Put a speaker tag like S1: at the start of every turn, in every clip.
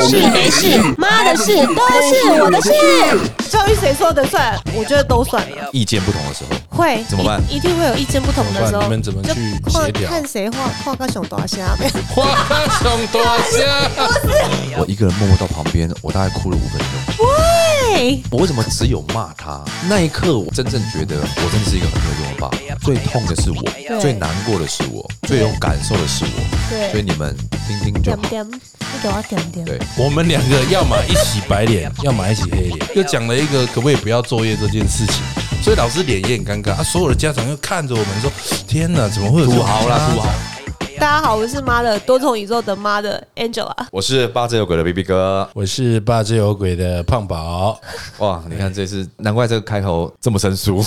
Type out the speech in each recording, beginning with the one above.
S1: 事没事，妈的事都是我的事。
S2: 教育谁说的算？我觉得都算了。
S3: 意见不同的时候
S2: 会
S3: 怎么办？
S2: 一定会有意见不同的时候。
S4: 你们怎么去协调？
S2: 看谁画个熊多虾没有？
S4: 画个熊多虾。
S3: 我一个人默默到旁边，我大概哭了5分钟。
S2: 喂，
S3: 我为什么只有骂他？那一刻，我真正觉得我真的是一个很没有用的爸爸。最痛的是我，最难过的是我，最有感受的是我。
S2: 对，
S3: 所以你们听听就好。
S2: 你给我点点。
S3: 对，
S4: 我们两个要么一起白脸，要么一起黑脸。又讲了一个可不可以不要作业这件事情，所以老师脸也很尴尬啊。所有的家长又看着我们说：“天哪，怎么会有
S3: 土豪啦，土豪！”
S2: 大家好，我是妈的多重宇宙的妈的 Angela，
S3: 我是八字有鬼的 BB 哥，
S4: 我是八字有鬼的胖宝。
S3: 哇，你看这次，难怪这个开头这么生疏。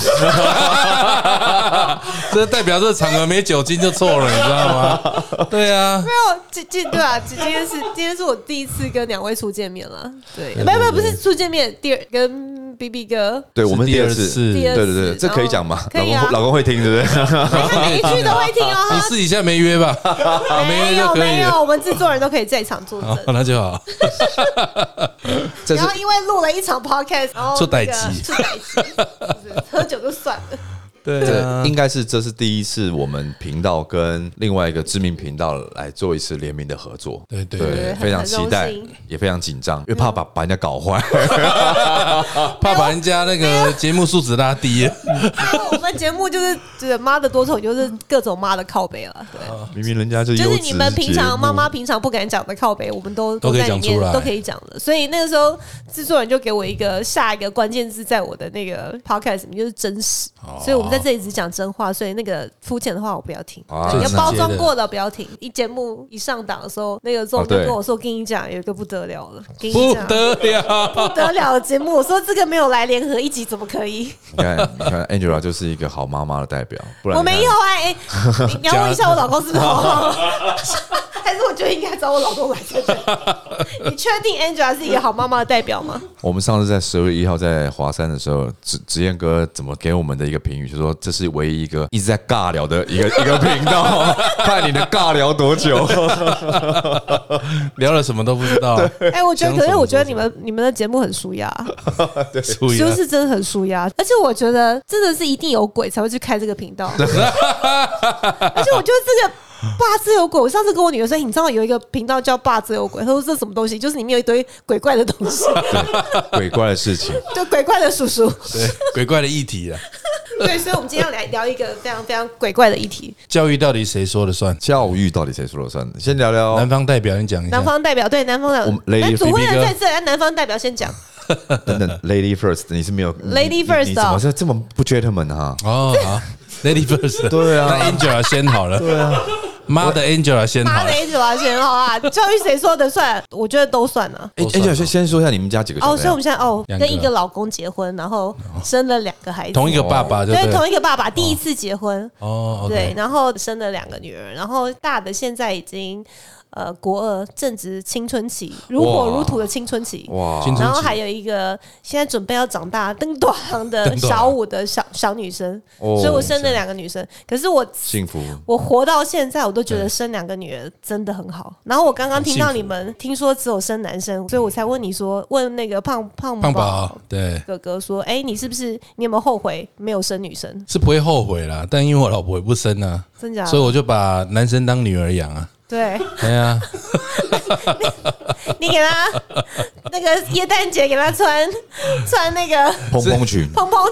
S4: 这代表这个场合没酒精就错了，你知道吗？对啊，
S2: 没有，对啊，今天是我第一次跟2位初见面了，对，不是初见面，跟 BB 哥，
S3: 对我们第二次，对，这可以讲吗？
S2: 可以啊，
S3: 老公会听，对不对？
S2: 他每一句都会听哦。
S4: 你私底下没约吧？
S2: 没有，我们制作人都可以在场作证，
S4: 那就好。
S2: 然后因为录了一场 podcast， 然后
S4: 出代机，
S2: 喝酒就算了。
S4: 对啊，
S3: 这是第一次我们频道跟另外一个知名频道来做一次联名的合作，
S4: 对，
S3: 非常期待，也非常紧张，因为怕把人家搞坏，
S4: 怕把人家那个节目素质拉低。
S2: 我们节目就是妈的多重，就是各种妈的靠北了。对，
S3: 明明人家就是
S2: 你们妈妈平常不敢讲的靠北，我们都在里面都可以讲的。所以那个时候制作人就给我下一个关键字，在我的那个 podcast 里面就是真实，所以我们在这里只讲真话，所以那个肤浅的话我不要听，要包装过的不要听。节目一上档的时候，那个总跟我说：“跟你讲，有一个不得了了，不得了的节目。”我说：“这个没有来联合一集怎么可以？”
S3: 你看 ，Angela 就是一个好妈妈的代表。不然
S2: 我没有你要问一下我老公是不是好妈妈？还是我觉得应该找我老公来这里？你确定 Angela 是一个好妈妈的代表吗？
S3: 我们上次在12月1号在华山的时候，子燕哥怎么给我们的一个评语，就说这是唯一一个一直在尬聊的一个频道，看你的尬聊多久，
S4: 聊了什么都不知道。
S2: 我觉得，可是我觉得你们的节目很舒压，
S3: 对，
S2: 就是真的很舒压，而且我觉得真的是一定有鬼才会去开这个频道，而且我觉得这个。爸自有鬼！我上次跟我女儿说，你知道有一个频道叫爸自有鬼，她说这什么东西？就是里面有一堆鬼怪的东西，
S3: 鬼怪的事情，
S2: 对，鬼怪的叔叔，
S4: 对，鬼怪的议题啊。
S2: 对，所以我们今天要来聊一个非常非常鬼怪的议题。
S4: 教育到底谁说了算？
S3: 教育到底谁说了算？先聊聊
S4: 南方代表，你讲一下。
S2: 南方代表对南方的，主会人在这里，南方代表先讲。
S3: 等等 ，Lady First， 你是没有
S2: Lady First，
S3: 你怎么是这么不 gentleman 啊？
S4: 哦，好 ，Lady First， 对
S3: 啊，
S4: 那 Angela 先好了，对啊。妈的 Angela 先好，
S2: 妈的 Angela 先好啊！教育谁说的算？我觉得都算了。
S3: Angela 先说一下你们家几个小孩？
S2: 所以我们现在跟一个老公结婚，然后生了2个孩子，
S4: 同一个爸爸对，
S2: 同一个爸爸，第一次结婚
S4: 对，
S2: 然后生了2个女儿，然后大的现在已经。国2正值青春期，如火如荼的青春期，然后还有一个现在准备要长大登短行的小5的小女生，所以我生了2个女生。可是我
S3: 幸福，
S2: 我活到现在，我都觉得生2个女儿真的很好。然后我刚刚听到你们听说只有生男生，所以我才问你说，问那个胖宝
S4: 对
S2: 哥哥说，你是不是你有没有后悔没有生女生？
S4: 是不会后悔啦，但因为我老婆也不生啊，
S2: 真假？
S4: 所以我就把男生当女儿养啊。
S2: 对，
S4: 哎呀，
S2: 你给他那个耶诞节给他穿那个
S3: 蓬蓬裙，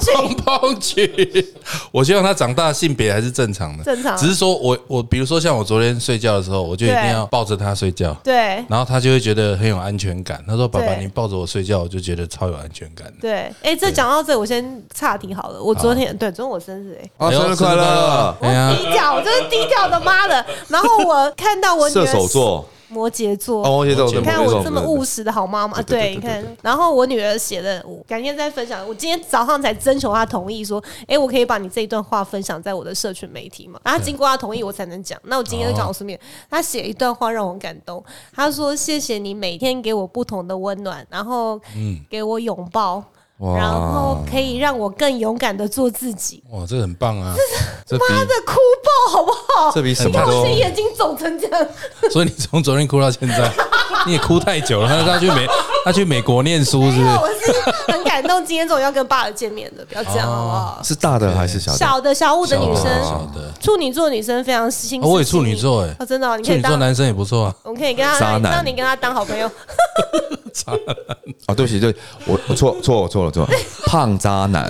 S4: 我希望他长大性别还是正常的，只是说我比如说像我昨天睡觉的时候，我就一定要抱着他睡觉，
S2: 对，
S4: 然后他就会觉得很有安全感。他说：“爸爸，你抱着我睡觉，我就觉得超有安全感。”
S2: 对，这讲到这，我先岔题好了。我昨天我生日
S3: 生日快乐！
S2: 我低调，我就是低调的妈的。然后我看到我女儿
S3: 射手座。
S2: 摩羯座，
S3: 你
S2: 看我这么务实的好妈妈，对，你看，然后我女儿写的，我改天再分享。我今天早上才征求她同意，说，我可以把你这一段话分享在我的社群媒体嘛？然后经过她同意，我才能讲。那我今天就讲我顺便，她写一段话让我很感动。她说：“谢谢你每天给我不同的温暖，然后给我拥抱。”然后可以让我更勇敢的做自己。
S4: 哇，这个很棒啊！
S2: 这妈的哭爆好不好？
S3: 这比什么都
S2: 眼睛肿成这样。
S4: 所以你从昨天哭到现在。 你也哭太久了，他去美国念书是不是？
S2: 我是很感动，今天终于要跟爸爸见面的，不要这样好不好？
S3: 是大的还是小的？
S2: 小的小5的女生，
S4: 小的
S2: 处女座女生非常心思细腻。
S4: 我也处女座哎，
S2: 真的，你可以
S4: 处女座男生也不错啊。
S2: 我们可以跟他，让你跟他当好朋友。
S3: 渣男哦，对不起，对我错了，胖渣男。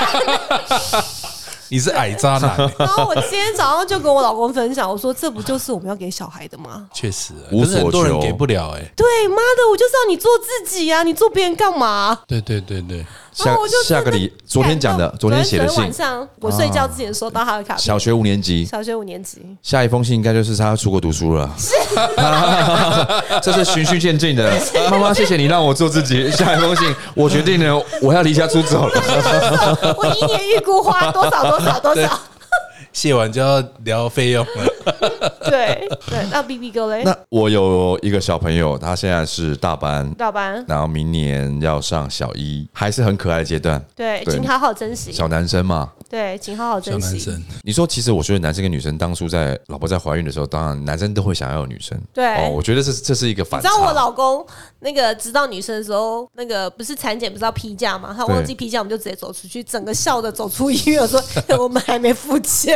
S4: 你是矮渣男。
S2: 然后我今天早上就跟我老公分享，我说这不就是我们要给小孩的吗？
S4: 确实，
S3: 无所求，
S4: 很多人给不了哎。
S2: 对，妈的，我就是要你做自己啊！你做别人干嘛？
S4: 对。
S3: 下个昨天讲的，昨天写的信。
S2: 晚上我睡觉之前收到他的卡片。
S3: 小学5年级。下一封信应该就是他要出国读书了。这是循序渐进的。妈妈，谢谢你让我做自己。下一封信，我决定了，我要离家出走了。
S2: 我1年预估花多少？
S4: 写完就要聊费用了。
S2: 对，那 BB 哥嘞？
S3: 那我有一个小朋友，他现在是大班，然后明年要上小1，还是很可爱的阶段。
S2: 对，请好好珍惜。
S3: 小男生嘛。
S2: 对，请好好珍惜。
S4: 小男生，
S3: 你说，其实我觉得男生跟女生当初老婆在怀孕的时候，当然男生都会想要有女生。
S2: 对，
S3: 我觉得这是一个反差。
S2: 你知道我老公那个知道女生的时候，那个不是产检不是要批假吗？他忘记批假，我们就直接走出去，整个笑的走出医院，说我们还没付钱。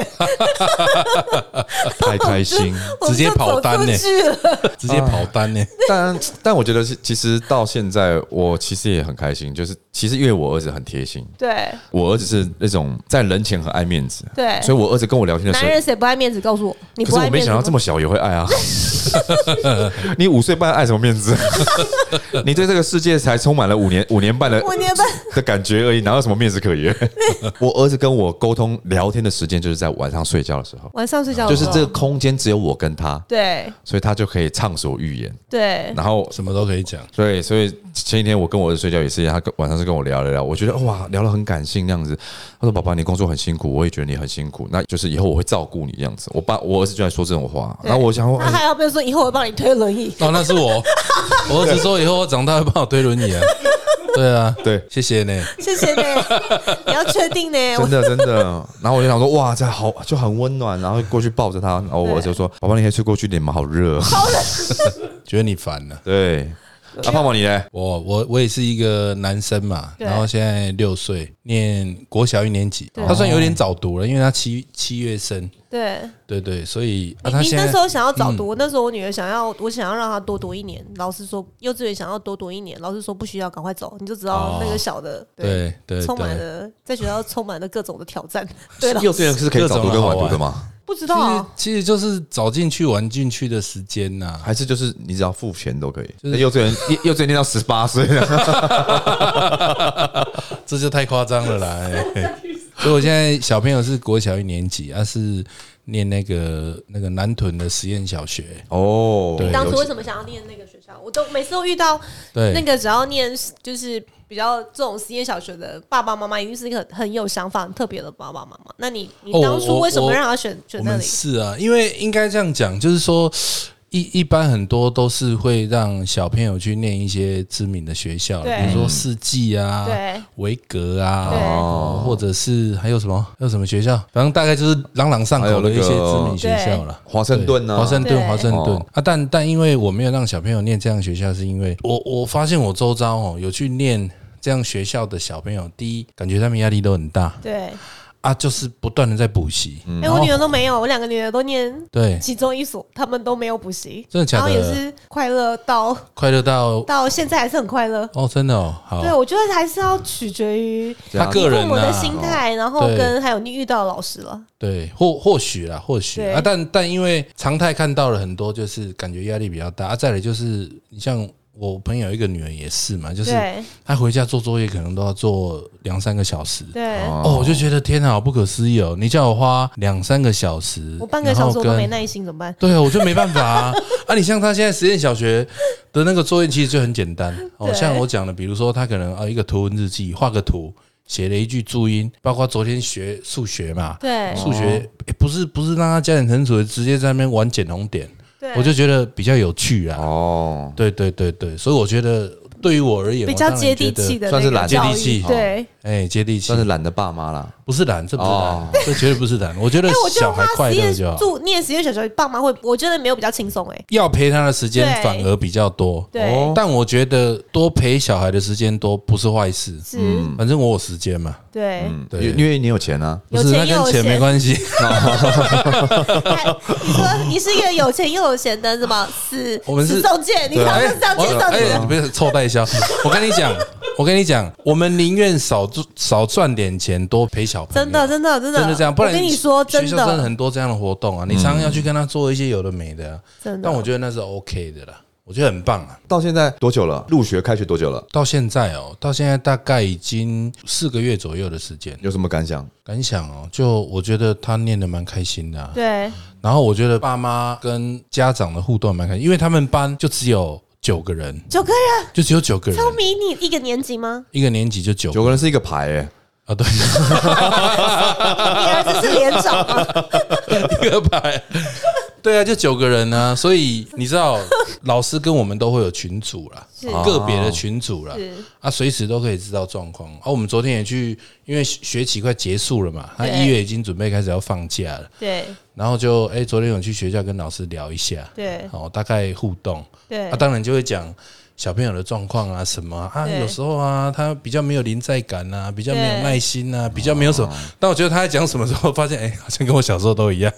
S3: 太开心，
S4: 直接跑单呢，直接跑单呢。
S3: 但我觉得其实到现在，我其实也很开心，就是其实因为我儿子很贴心，
S2: 对，
S3: 我儿子是那种在人前很爱面子，
S2: 对，
S3: 所以我儿子跟我聊天的时候，
S2: 男人谁不爱面子？告诉我，你不爱面子。
S3: 可是我没想到这么小也会爱啊！你5岁半爱什么面子？你对这个世界才充满了5年半的感觉而已，哪有什么面子可言？我儿子跟我沟通聊天的时间就是在晚上睡觉的时候，就是这个空间只有我跟他，
S2: 对，
S3: 所以他就可以畅所欲言，
S2: 对，
S3: 然后
S4: 什么都可以讲。
S3: 对，所以前几天我跟我儿子睡觉也是一样，他晚上是跟我聊，我觉得哇，聊得很感性那样子。他说：“爸爸，你工作很辛苦，我也觉得你很辛苦，那就是以后我会照顾你这样子。”我儿子就在说这种话，然后我想说，
S2: 他还要不要说以后我帮你推轮椅？
S4: 哦，那是我儿子说以后我长大会帮我推轮椅啊。对啊，
S3: 对，
S4: 谢谢呢，
S2: 你要确定呢，
S3: 真的。然后我就想说，哇，这好就很温暖，然后过去抱着他，然后我儿子就说：“爸爸，你可以吹过去点吗？好热。”
S4: 觉得你烦了。
S3: 对。那胖胖你呢？
S4: 我也是一个男生嘛，然后现在6岁，念国小1年级。他算有点早读了，因为他7月生。对，所以
S2: 你那时候想要早读，那时候我女儿我想要让她多读1年。老师说幼稚园想要多读1年，老师说不需要，赶快走，你就知道那个小的
S4: 对，
S2: 充满了在学校充满了各种的挑战。对，
S3: 幼稚园是可以早读跟晚读的吗？
S2: 不知道，
S4: 其实就是早进去晚进去的时间呐，
S3: 还是就是你只要付钱都可以。就是幼稚园念到18岁，
S4: 这就太夸张了啦。所以我现在小朋友是国小1年级，他是念那个南屯的实验小学。
S3: 哦，
S2: 你当初为什么想要念那个学校？我都每次都遇到那个只要念就是比较这种实验小学的爸爸妈妈，一定是一个很有想法、很特别的爸爸妈妈。那你当初为什么让他选那里？
S4: 是啊，因为应该这样讲，就是说。一般很多都是会让小朋友去念一些知名的学校，比如说世纪啊、维格啊，或者是还有什么学校，反正大概就是朗朗上口的一些知名学校了。
S3: 华盛顿啊，
S4: 华盛顿啊，但因为我没有让小朋友念这样学校，是因为我发现我周遭有去念这样学校的小朋友，第一感觉他们压力都很大，
S2: 对。
S4: 就是不断的在补习。
S2: 我女儿都没有，我2个女儿都念
S4: 对
S2: 其中一所，他们都没有补习，
S4: 真的假的？
S2: 然后也是快乐到现在还是很快乐
S4: 哦，真的哦。好，
S2: 对，我觉得还是要取决于
S4: 他个人
S2: 的心态，然后跟还有你遇到的老师了。
S4: 对，或许啊，但因为常态看到了很多，就是感觉压力比较大。再来就是你像。我朋友一个女儿也是嘛，就是她回家做作业可能都要做2-3个小时。
S2: 对，
S4: 我就觉得天啊，好不可思议哦！你叫我花2-3个小时，
S2: 我半个小时我都没耐心，怎么办？
S4: 对啊，我就没办法啊！你像她现在实验小学的那个作业其实就很简单像我讲的，比如说她可能一个图文日记，画个图。写了一句注音，包括昨天学数学嘛，
S2: 对，
S4: 数学不是让他加减乘除，直接在那边玩减红点。我就觉得比较有趣啊！对，所以我觉得对于我而言
S2: 比较接地气的，
S3: 算是懒
S4: 接地气，
S2: 对，
S4: 接地气，
S3: 算是懒的爸妈啦。
S4: 不是懒，这不是懒，这绝对不是懒。我觉得小孩快乐就好。
S2: 念实验小学，爸妈会，我觉得没有比较轻松
S4: 要陪他的时间反而比较多。
S2: 对，
S4: 但我觉得多陪小孩的时间多不是坏事。
S2: 是，
S4: 反正我有时间嘛。
S2: 对，
S3: 因为你有钱啊，
S4: 不是那跟钱没关系。
S2: 你说你是一个有钱又有闲的什么死中介？你刚刚是这样介绍
S4: 你不是臭代销。我跟你讲，我们宁愿少赚点钱，多陪小朋友。真的这样，不然
S2: 我跟你说，
S4: 学校真的很多这样的活动啊，你常常要去跟他做一些有的没的啊。但我觉得那是 OK 的啦。我觉得很棒啊！
S3: 到现在多久了？入学开学多久了？
S4: 到现在大概已经4个月左右的时间。
S3: 有什么感想？
S4: 就我觉得他念得蛮开心的。
S2: 对。
S4: 然后我觉得爸妈跟家长的互动蛮开心，因为他们班就只有9个人，就只有9个人，
S2: 超迷你。一个年级吗？
S4: 一个年级就9
S3: 个人是一个排
S4: 啊，对，
S2: 你儿子是连长吗？
S4: 一个排。对啊，就9个人啊，所以你知道，老师跟我们都会有群组啦，个别的群组啦，随时都可以知道状况。我们昨天也去，因为学期快结束了嘛，他1月已经准备开始要放假了，
S2: 对，
S4: 然后就昨天有去学校跟老师聊一下，
S2: 对，
S4: 大概互动，
S2: 对，
S4: 当然就会讲小朋友的状况啊，什么有时候啊，他比较没有临在感啊，比较没有耐心啊，比较没有什么。但我觉得他在讲什么时候，发现好像跟我小时候都一样，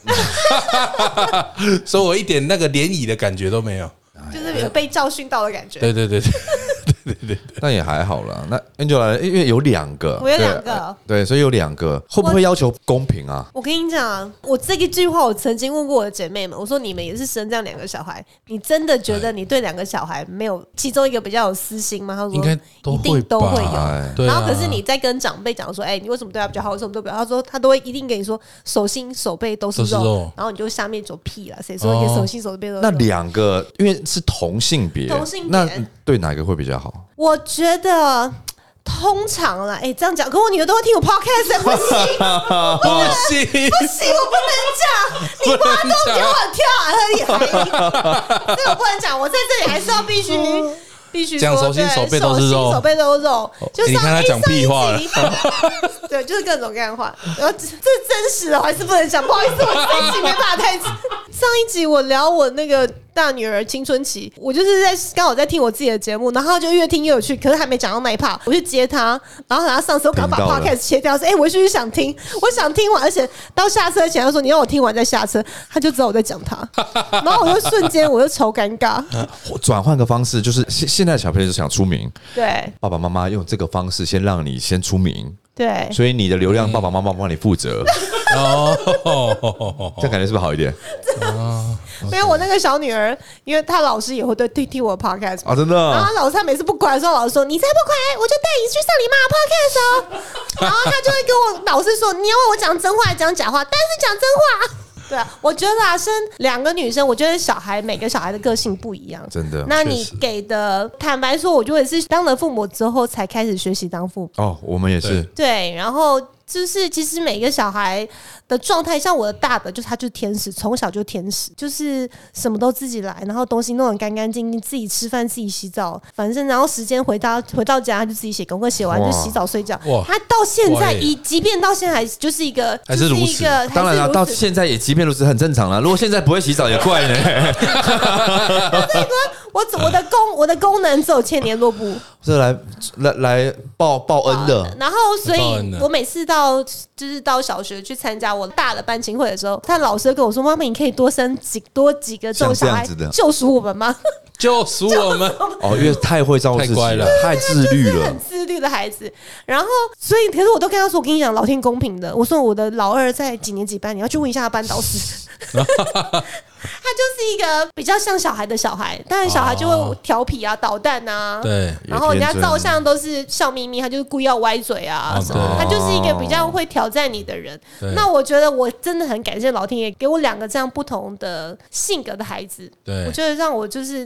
S4: 所以我一点那个涟漪的感觉都没有，
S2: 就是有被教训到的感觉。
S4: 对。
S3: 那也还好啦。那 Angela 因为有2个，
S2: 我有2个，
S3: 对，所以有2个，会不会要求公平啊？
S2: 我跟你讲，我这一句话我曾经问过我的姐妹们，我说你们也是生这样2个小孩，你真的觉得你对2个小孩没有其中一个比较有私心吗？她说
S4: 应该
S2: 一定都会有。
S4: 然
S2: 后可是你在跟长辈讲说，你为什么对他比较好，为什么都比较好？他说他都会一定跟你说手心手背都是肉，然后你就下面走屁啦，谁说你手心手背都是肉？
S3: 那2个因为是同性别，那对哪个会比较好？
S2: 我觉得通常啦，这样讲，可我女儿都会听我 podcast， 不行，我不能讲，你话都给我跳海里，所以我不能讲，我在这里还是要必须
S4: 讲手心手背都是肉，
S2: 手背都是肉，就
S4: 你看他讲屁话了，
S2: 对，就是各种各样的话，然后这真实的还是不能讲，不好意思，我这一集没办法太。上一集我聊我那个大女儿青春期，我就是刚好在听我自己的节目，然后就越听越有趣，可是还没讲到那一 part， 我去接他，然后他上车，我赶快把 podcast 切掉，说我继续想听完，而且到下车前他说你让我听完再下车，他就知道我在讲他，然后我就瞬间我就超尴尬。
S3: 转换个方式，就是现在小朋友就想出名，
S2: 对，
S3: 爸爸妈妈用这个方式先让你先出名，
S2: 对，
S3: 所以你的流量爸爸妈妈帮你负责。这样感觉是不是好一点？
S2: 没有，我那个小女儿，因为她老师也会听我的 podcast
S3: 啊，真的。
S2: 然后老师她每次不乖的时候，老师说你再不乖，我就带你去上你妈的 podcast 哦。然后她就会跟我老师说，你要问我讲真话还是讲假话？但是讲真话。对啊，我觉得生2个女生，我觉得每个小孩的个性不一样，
S3: 真的。
S2: 那你给的，坦白说，我觉得是当了父母之后才开始学习当父母。
S3: 哦，我们也是。
S2: 对，然后就是其实每个小孩的状态，像我的大的，他就是天使，从小就天使，就是什么都自己来，然后东西弄得干干净净，自己吃饭，自己洗澡，反正然后时间回到家，他就自己写功课，写完就洗澡睡觉。他到现在即便到现在还就是一个，
S4: 还是如此。
S3: 当然了，到现在也即便如此很正常了。如果现在不会洗澡也怪呢。
S2: 我的功能只有签联络簿，
S3: 是来报恩的。
S2: 然后所以我每次到小学去参加我大的班亲会的时候，他老师跟我说：“妈妈，你可以多生几个这种小孩，救赎我们吗？”
S4: 救赎我们
S3: 哦，因为太会照顾自己了，太自律了，
S2: 很自律的孩子。然后，所以可是我都跟他说：“我跟你讲，老天公平的。”我说我的老二在几年级班，你要去问一下他班导师。他就是一个比较像小孩的小孩，当然小孩就会调皮啊、捣蛋啊，
S4: 对。
S2: 然后人家照相都是笑眯眯，他就是故意要歪嘴啊什么，他就是一个比较会挑战你的人。那我觉得我真的很感谢老天爷给我2个这样不同的性格的孩子，我觉得让我就是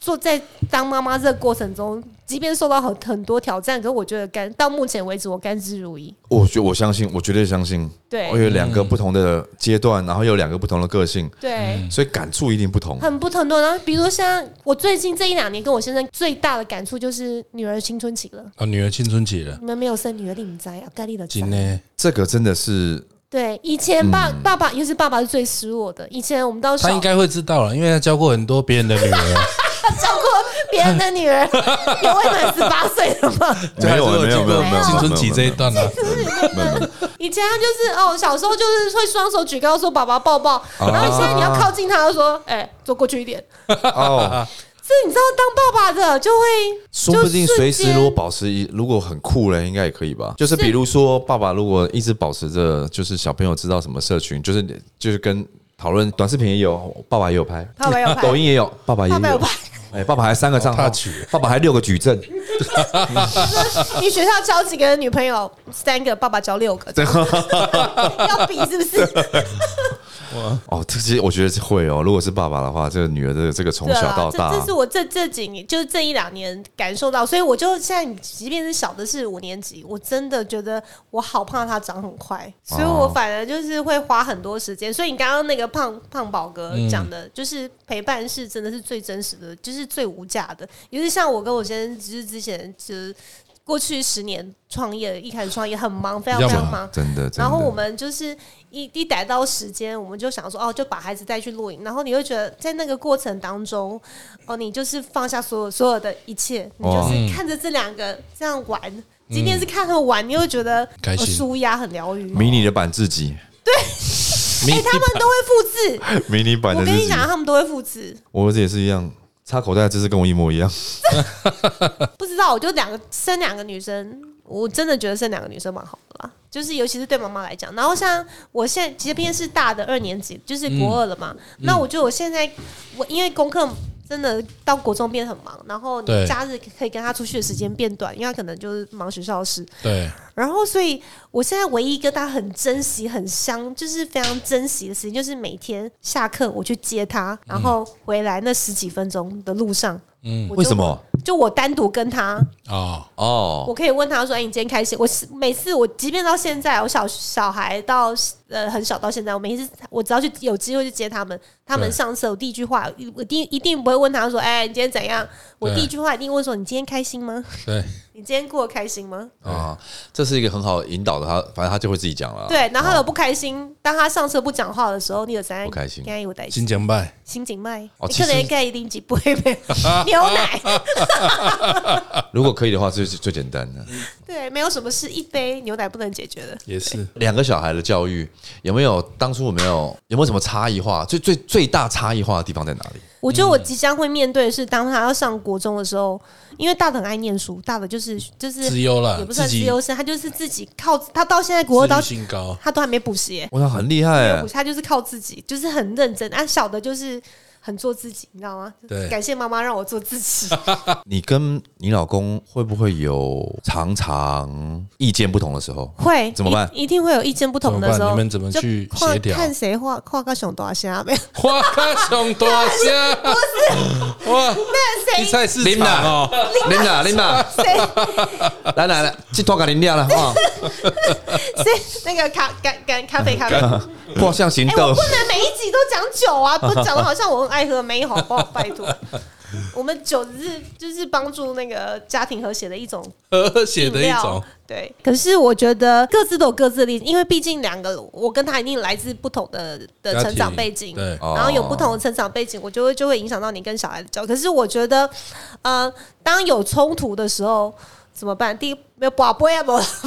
S2: 在当妈妈这个过程中，即便受到很多挑战，可是我觉得到目前为止我甘之如饴。我相信，我绝对相信。对，我有2个不同的阶段，然后有2个不同的个性，对，所以感触一定不同， 很不同的。然后比如说像我最近这1-2年跟我先生最大的感触就是女儿青春期了。
S4: 女儿青春期了，
S2: 你们没有生女儿，你们知道概率的
S4: 真的，
S3: 这个真的是。
S2: 对，以前爸爸，尤其是爸爸是最失落的。以前我们
S4: 他应该会知道了，因为他教过很多别人的女儿。
S2: 教过别人的女儿，有未满18岁的吗？
S3: 没有
S4: 青春期这一段啊。
S2: 以前他就是小时候就是会双手举高说爸爸抱抱，然后现在你要靠近他，就说坐过去一点。这你知道，当爸爸的就会，
S3: 说不定随时如果保持，如果很酷了，应该也可以吧。就是比如说，爸爸如果一直保持着，就是小朋友知道什么社群，就是跟讨论短视频也有，爸爸也有拍，抖音也有，爸爸也有拍。爸爸还3个账号，爸爸还6个矩阵。
S2: 你学校交几个女朋友？3个，爸爸交6个，要比是不是？
S3: 这些我觉得会如果是爸爸的话，这个女儿的这个从小到大，
S2: 这是我这几年，就是这1-2年感受到，所以我就现在，即便是小的是5年级，我真的觉得我好怕他长很快，所以我反而就是会花很多时间。所以你刚刚那个胖宝哥讲的，就是陪伴是真的是最真实的，就是最无价的。尤其像我跟我先生，就是之前就是过去10年创业，一开始创业很忙，非常非常忙，
S3: 真的。
S2: 然后我们就是一逮到时间，我们就想说就把孩子带去露营。然后你会觉得在那个过程当中，你就是放下所有的一切，你就是看着这2个这样玩。今天是看他们玩，你会觉得舒压很疗愈。
S3: 迷你的版自己，
S2: 对，他们都会复制
S3: 迷你版的。
S2: 我跟你讲，他们都会复制。
S3: 我儿子也是一样。插口袋的姿势跟我一模一样。
S2: 不知道，我就生2个女生，我真的觉得生2个女生蛮好的啦，就是尤其是对妈妈来讲。然后像我现在即便是大的2年级，就是国2了嘛，那我觉得我现在因为功课真的到国中变很忙，然后你假日可以跟他出去的时间变短，因为他可能就是忙学校的事。
S4: 对。
S2: 然后，所以我现在唯一跟他很珍惜、就是非常珍惜的时间，就是每天下课我去接他，然后回来那10几分钟的路上。
S3: 为什么？
S2: 就我单独跟他我可以问他说：“你今天开心？”每次我即便到现在，我小孩到很小到现在，我只要有机会去接他们，上车，我第一句话我一定不会问他说：“你今天怎样？”我第一句话一定问说：“你今天开心吗？”
S4: 对。
S2: 你今天过得开心吗？
S3: 这是一个很好引导的，反正他就会自己讲了。
S2: 对，然后他有不开心，当他上车不讲话的时候，你有在
S3: 不开心，
S4: 心情坏，
S2: 你可能应该一定几杯牛奶。
S3: 如果可以的话，这是最简单的。
S2: 对，没有什么是一杯牛奶不能解决的。
S4: 也是
S3: 2个小孩的教育有没有什么差异化？最大差异化的地方在哪里？
S2: 我觉得我即将会面对的是，当他要上国中的时候，因为大的很爱念书，大的就是
S4: 资优了，
S2: 也不算资优生，他就是自己靠他到现在国2到他都还没补习，
S3: 哇，很厉害，
S2: 他就是靠自己，就是很认真。小的就是很做自己，你知道吗？
S4: 对，
S2: 感谢妈妈让我做自己。
S3: 你跟你老公会不会有常常意见不同的时候？
S2: 会，
S3: 怎么办？
S2: 一定会有意见不同的时候。
S4: 你们怎么去协调？
S2: 看谁画个熊大虾没有？
S4: 画个熊大虾
S2: 不是哇？那谁？
S4: 你菜市场哦，
S3: 琳达，
S2: 谁？
S3: 来，去拖个零料了啊！
S2: 谁？那个咖啡，
S3: 画像行动。
S2: 我不能每一集都讲酒啊，不讲的好像我很爱喝，没有，好不好？拜托。我们酒就是帮助那个家庭和谐的一种对。可是我觉得各自都有各自的例子，因为毕竟2个，我跟他一定来自不同的成长背景，然后有不同的成长背景，我就会影响到你跟小孩的教育。可是我觉得，当有冲突的时候怎么办？第一，没有宝贝啊，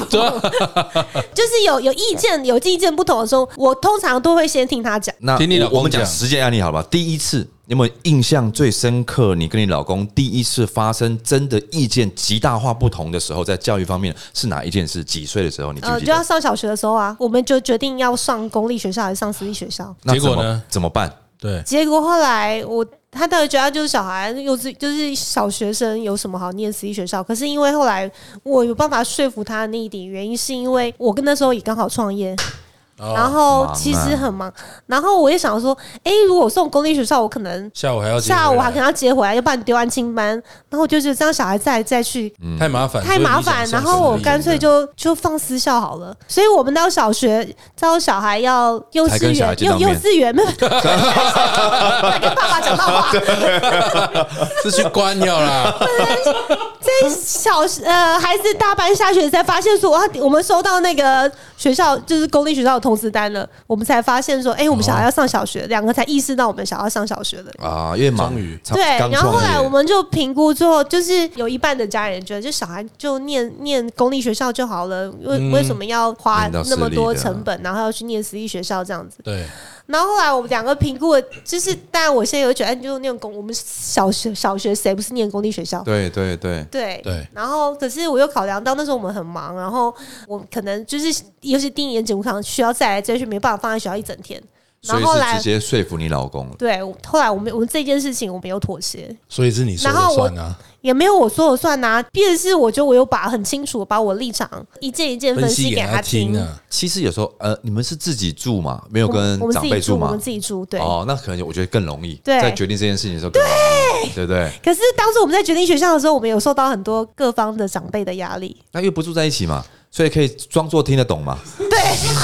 S2: 就是有意见不同的时候，我通常都会先听他讲。
S3: 那我们讲实践案例好吧？第一次。有没有印象最深刻？你跟你老公第一次发生真的意见极大化不同的时候，在教育方面是哪一件事？几岁的时候？你记不记得？
S2: 就要上小学的时候啊，我们就决定要上公立学校还是上私立学校。
S3: 结果呢？怎么办？
S4: 对，
S2: 结果后来他当然觉得就是小孩就是小学生有什么好念私立学校，可是因为后来我有办法说服他的那一点原因，是因为我跟那时候也刚好创业。 然后其实很忙，然后我也想说，如果我送公立学校，我可能下午还可能要接回来，要不然丢安亲班，然后我就觉得这样小孩再去
S4: 太麻烦，
S2: 然后我干脆就放私校好了。所以我们到小学，到小孩要幼稚园，没有跟爸爸讲到话，
S4: 是去关掉啦。
S2: 在孩子大班下学才发现说，我们收到那个学校就是公立学校的通知单了，我们才发现说，我们小孩要上小学，两个才意识到我们小孩要上小学了
S3: 啊，因为忙
S2: 对，然后后来我们就评估之后，就是有一半的家人觉得，就小孩就念公立学校就好了，为什么要花那么多成本，然后要去念私立学校这样子？
S4: 对。
S2: 然后后来我们两个评估的，就是当然我现在有觉得，就念我们小学谁不是念公立学校？
S3: 对。
S2: 然后可是我又考量到那时候我们很忙，然后我可能就是尤其低年级，我可能需要再去，没办法放在学校一整天。
S3: 所以是直接说服你老公了。
S2: 对，后来我们这件事情我没有妥协，
S4: 所以是你说了算啊，
S2: 也没有我说了算啊。变是我觉得我有很清楚把我立场一件一件分析给他听啊。
S3: 其实有时候你们是自己住嘛，没有跟长辈住嘛？
S2: 我们自己住，对。
S3: 那可能我觉得更容易，
S2: 在
S3: 决定这件事情的时候，对不对？
S2: 可是当时我们在决定学校的时候，我们有受到很多各方的长辈的压力。
S3: 那因为不住在一起嘛。所以可以装作听得懂嘛？
S2: 对。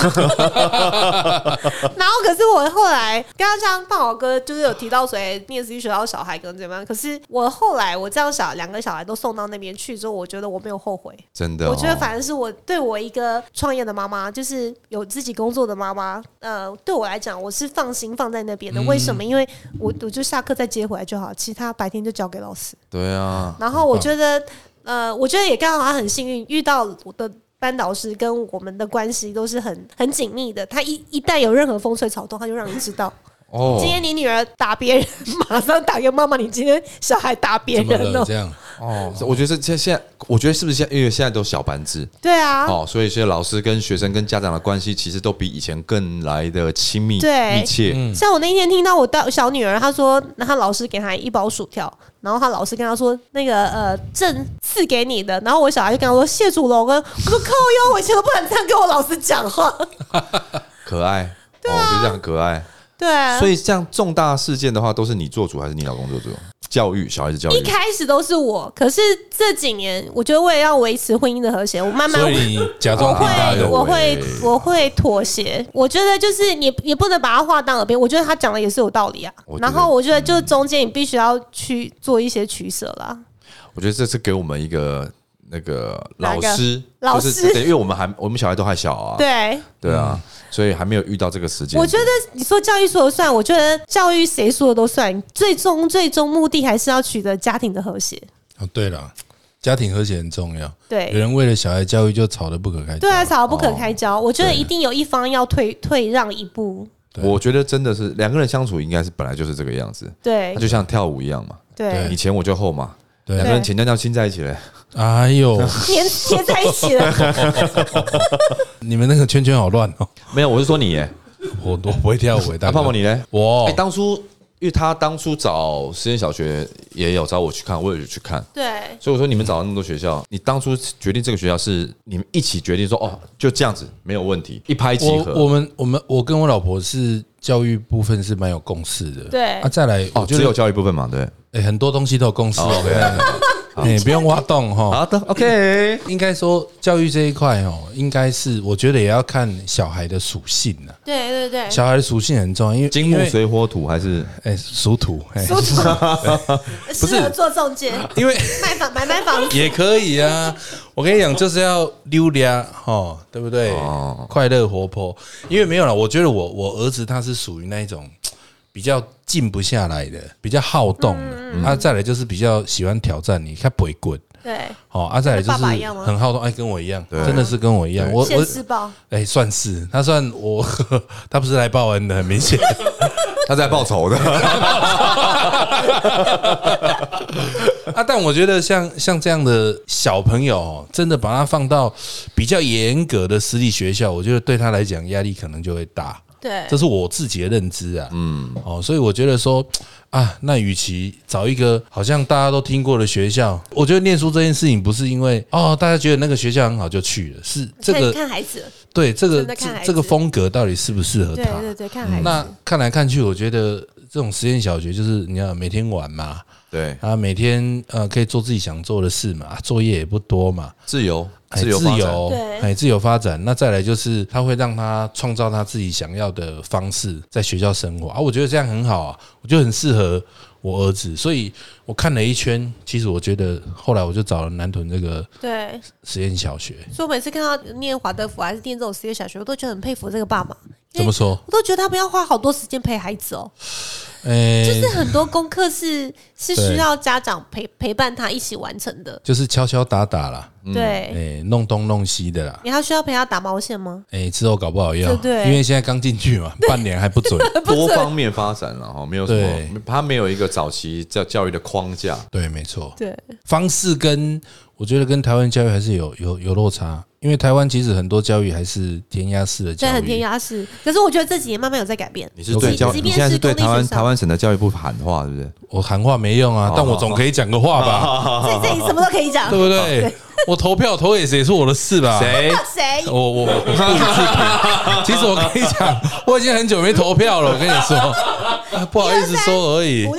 S2: 然后可是我后来刚刚像胖好哥就是有提到说念私立学校小孩可能怎么样，可是我后来我这样两个小孩都送到那边去之后，我觉得我没有后悔，
S3: 真的。
S2: 我觉得反正是对我一个创业的妈妈，就是有自己工作的妈妈，对我来讲我是放心放在那边的。为什么？因为我就下课再接回来就好，其他白天就交给老师。
S3: 对啊。
S2: 然后我觉得也刚好他很幸运遇到我的班导师跟我们的关系都是很紧密的，他一旦有任何风吹草动，他就让你知道。今天你女儿打别人，马上打给妈妈。你今天小孩打别人了，
S4: 这样
S3: 我觉得现在，我觉得是不是因为现在都小班制？
S2: 对啊，
S3: 所以现在老师跟学生跟家长的关系其实都比以前更来的亲密密切。
S2: 像我那一天听到我的小女儿，她说，她老师给她一包薯条，然后她老师跟她说，那个朕赐给你的，然后我小孩就跟她说谢主隆恩，我说靠腰，我以前都不能这样跟我老师讲话，
S3: 可爱，我觉得这样很可爱。
S2: 对啊，
S3: 所以这样重大事件的话，都是你做主还是你老公做主？教育小孩子教育
S2: 一开始都是我，可是这几年我觉得为了要维持婚姻的和谐，我慢慢
S4: 所以你假装听他的，
S2: 我会妥协。我觉得就是你不能把他话当耳边，我觉得他讲的也是有道理啊。然后我觉得就中间你必须要去做一些取舍啦。
S3: 我觉得这是给我们一个那个老师，就是因为我们小孩都还小啊，对啊。所以还没有遇到这个时间。
S2: 我觉得你说教育说了算，我觉得教育谁说的都算，最终目的还是要取得家庭的和谐。
S4: 对了，家庭和谐很重要。
S2: 对，
S4: 有人为了小孩教育就吵得不可开交。
S2: 对啊，吵得不可开交。我觉得一定有一方要退让一步。
S3: 我觉得真的是两个人相处应该是本来就是这个样子。
S2: 对，
S3: 那就像跳舞一样嘛。
S2: 对，
S3: 你前我就后嘛。两个人前尿尿亲在一起了。
S4: 哎呦，
S2: 贴在一起了。
S4: 你们那个圈圈好乱哦。
S3: 没有，我是说你耶。
S4: 我不会跳舞。
S3: 胖胖你呢？
S4: 我
S3: 当初因为他当初找实验小学也有找我去看，我也去看。
S2: 对。
S3: 所以我说你们找了那么多学校，你当初决定这个学校是你们一起决定说就这样子没有问题，一拍即合。
S4: 我跟我老婆是教育部分是蛮有共识的。
S2: 对。
S4: 再来
S3: 只有教育部分嘛，对。
S4: 很多东西都有共识。不用挖洞哈。
S3: 好的 ，OK。
S4: 应该说教育这一块应该是我觉得也要看小孩的属性呢。
S2: 对，
S4: 小孩的属性很重要，因为
S3: 金木水火土还是
S4: 属土，
S2: 不是做中介，
S4: 因为
S2: 买房
S4: 也可以啊。我跟你讲，就是要溜达对不对？快乐活泼。因为没有了，我觉得我儿子他是属于那一种比较静不下来的，比较好动的。再来就是比较喜欢挑战你，看不会滚。
S2: 对，
S4: 再来就是很好动，跟我一样，真的是跟我一样。
S2: 现世报，
S4: 算是他算我，他不是来报恩的，很明显，
S3: 他在报仇的。
S4: 但我觉得像这样的小朋友，真的把他放到比较严格的私立学校，我觉得对他来讲压力可能就会大。
S2: 对，
S4: 这是我自己的认知啊。所以我觉得说啊，那与其找一个好像大家都听过的学校，我觉得念书这件事情不是因为大家觉得那个学校很好就去了，是这个
S2: 看孩子，
S4: 对这个风格到底适不适合他？
S2: 对，看孩子。
S4: 那看来看去，我觉得这种实验小学就是你要每天玩嘛。
S3: 对
S4: 啊，每天可以做自己想做的事嘛，作业也不多嘛，
S3: 自由发展。
S4: 那再来就是他会让他创造他自己想要的方式在学校生活啊，我觉得这样很好啊，我觉得很适合我儿子，所以我看了一圈，其实我觉得后来我就找了南屯这个实验小学。
S2: 所以我每次看到念华德福还是念这种实验小学，我都觉得很佩服这个爸妈。
S4: 怎么说？
S2: 我都觉得他们要花好多时间陪孩子哦。就是很多功课是需要家长陪伴他一起完成的，
S4: 就是敲敲打打啦，
S2: 对，
S4: 弄东弄西的啦。
S2: 你还需要陪他打毛线吗？
S4: 之后搞不好要，因为现在刚进去嘛，半年还不准。
S3: 多方面发展了哈，没有什么，他没有一个早期教育的框架。
S4: 对，没错。
S2: 对，
S4: 方式我觉得跟台湾教育还是有落差。因为台湾其实很多教育还是填鸭式的教育，
S2: 对，很填鸭式。可是我觉得这几年慢慢有在改变。
S3: 你现在是对台湾省的教育部喊话，是不是？
S4: 我喊话没用啊，但我总可以讲个话吧。
S2: 这里什么都可以讲，
S4: 对不对？我投票投给谁是我的事吧？
S3: 谁？
S4: 我不予置评。其实我跟你讲，我已经很久没投票了。我跟你说，不好意思说而已。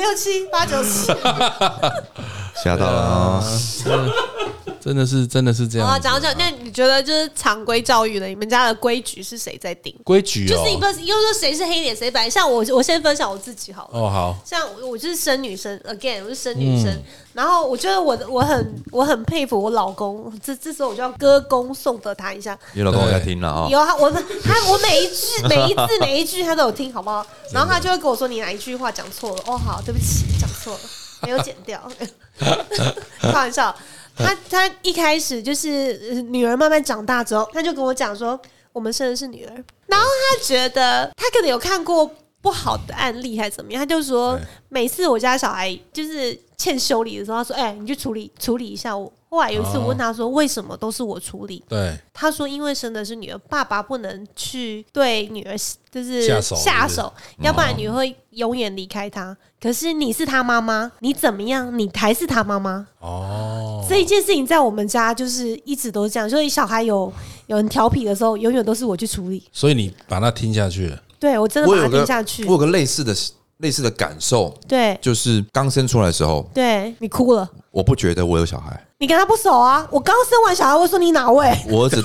S2: 5、6、7、8、9、10，
S3: 吓到了啊！
S4: 真的是这样。
S2: 讲，那你觉得就是常规教育的，你们家的规矩是谁在定？
S4: 规矩
S2: 就是又说谁是黑脸谁白。像我先分享我自己好了。
S4: 好。
S2: 像我就是生女生 ，again 我是生女生。然后我觉得我很佩服我老公，这时候我就要歌功颂德他一下。
S3: 你老公在听了啊？
S2: 有我每一字每一句他都有听，好不好？然后他就会跟我说你哪一句话讲错了。好，对不起，讲错了，没有剪掉。开玩笑。他一开始就是女儿慢慢长大之后，他就跟我讲说，我们生的是女儿。然后他觉得他可能有看过不好的案例还是怎么样，他就说每次我家小孩就是欠修理的时候，他说：“你去处理一下我。”后来有一次我问他说：“为什么都是我处理？”
S4: 对，
S2: 他说：“因为生的是女儿，爸爸不能去对女儿就是下手，要不然女儿会永远离开他。可是你是他妈妈，你怎么样，你还是他妈妈。”这一件事情在我们家就是一直都是这样，所以小孩有人调皮的时候，永远都是我去处理。
S4: 所以你把他听下去了？
S2: 对，我真的把他听下去。
S3: 我有个类似的感受，
S2: 对，
S3: 就是刚生出来的时候，
S2: 对你哭了，
S3: 我不觉得我有小孩。
S2: 你跟他不熟啊？我刚生完小孩，我说你哪位？
S3: 我儿子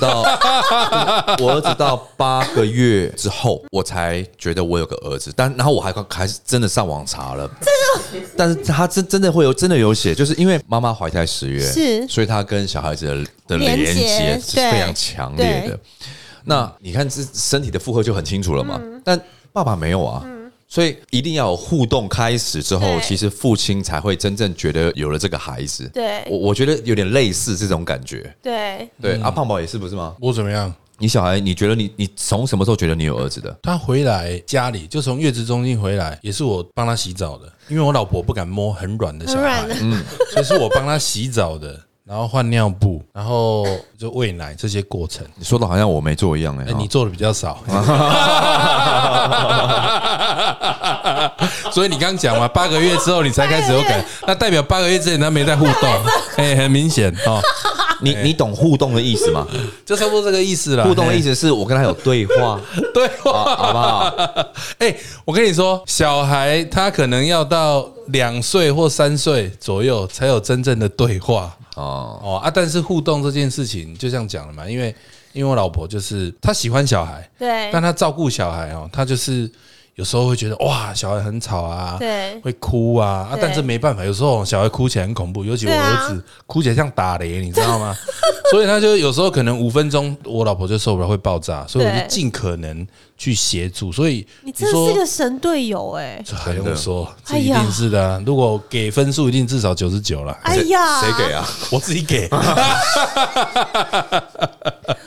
S3: 到8个月之后，我才觉得我有个儿子。然后我还是真的上网查了，但是他真的有写，就是因为妈妈怀胎10月，
S2: 是，
S3: 所以他跟小孩子的连接是非常强烈的。那你看，这身体的负荷就很清楚了嘛。但爸爸没有啊。所以一定要有互动开始之后，其实父亲才会真正觉得有了这个孩子。
S2: 对，
S3: 我觉得有点类似这种感觉。
S2: 对，
S3: 胖宝也是不是吗？
S4: 我怎么样？
S3: 你小孩，你觉得你从什么时候觉得你有儿子的？
S4: 他回来家里就从月子中心回来，也是我帮他洗澡的，因为我老婆不敢摸很软的小孩，所以是我帮他洗澡的。然后换尿布，然后就喂奶这些过程，
S3: 你说的好像我没做一样
S4: 你做的比较少，所以你刚讲嘛，8个月之后你才开始有感，那代表8个月之前他没在互动，很明显哦。
S3: 你懂互动的意思吗？
S4: 就差不多这个意思啦。
S3: 互动的意思是我跟他有对话，好不好？
S4: 我跟你说，小孩他可能要到2岁或3岁左右才有真正的对话。但是互动这件事情就这样讲了嘛，因为我老婆就是她喜欢小孩，
S2: 对，
S4: 但她照顾小孩她就是有时候会觉得哇，小孩很吵啊，
S2: 对，
S4: 会哭啊，但这没办法，有时候小孩哭起来很恐怖，尤其我儿子哭起来像打雷，你知道吗？所以他就有时候可能5分钟，我老婆就受不了会爆炸，所以我就尽可能去协助。所以
S2: 你真的是个神队友
S4: 这还用说？这一定是的。如果给分数，一定至少99了。
S2: 哎呀，
S3: 谁给啊？
S4: 我自己给。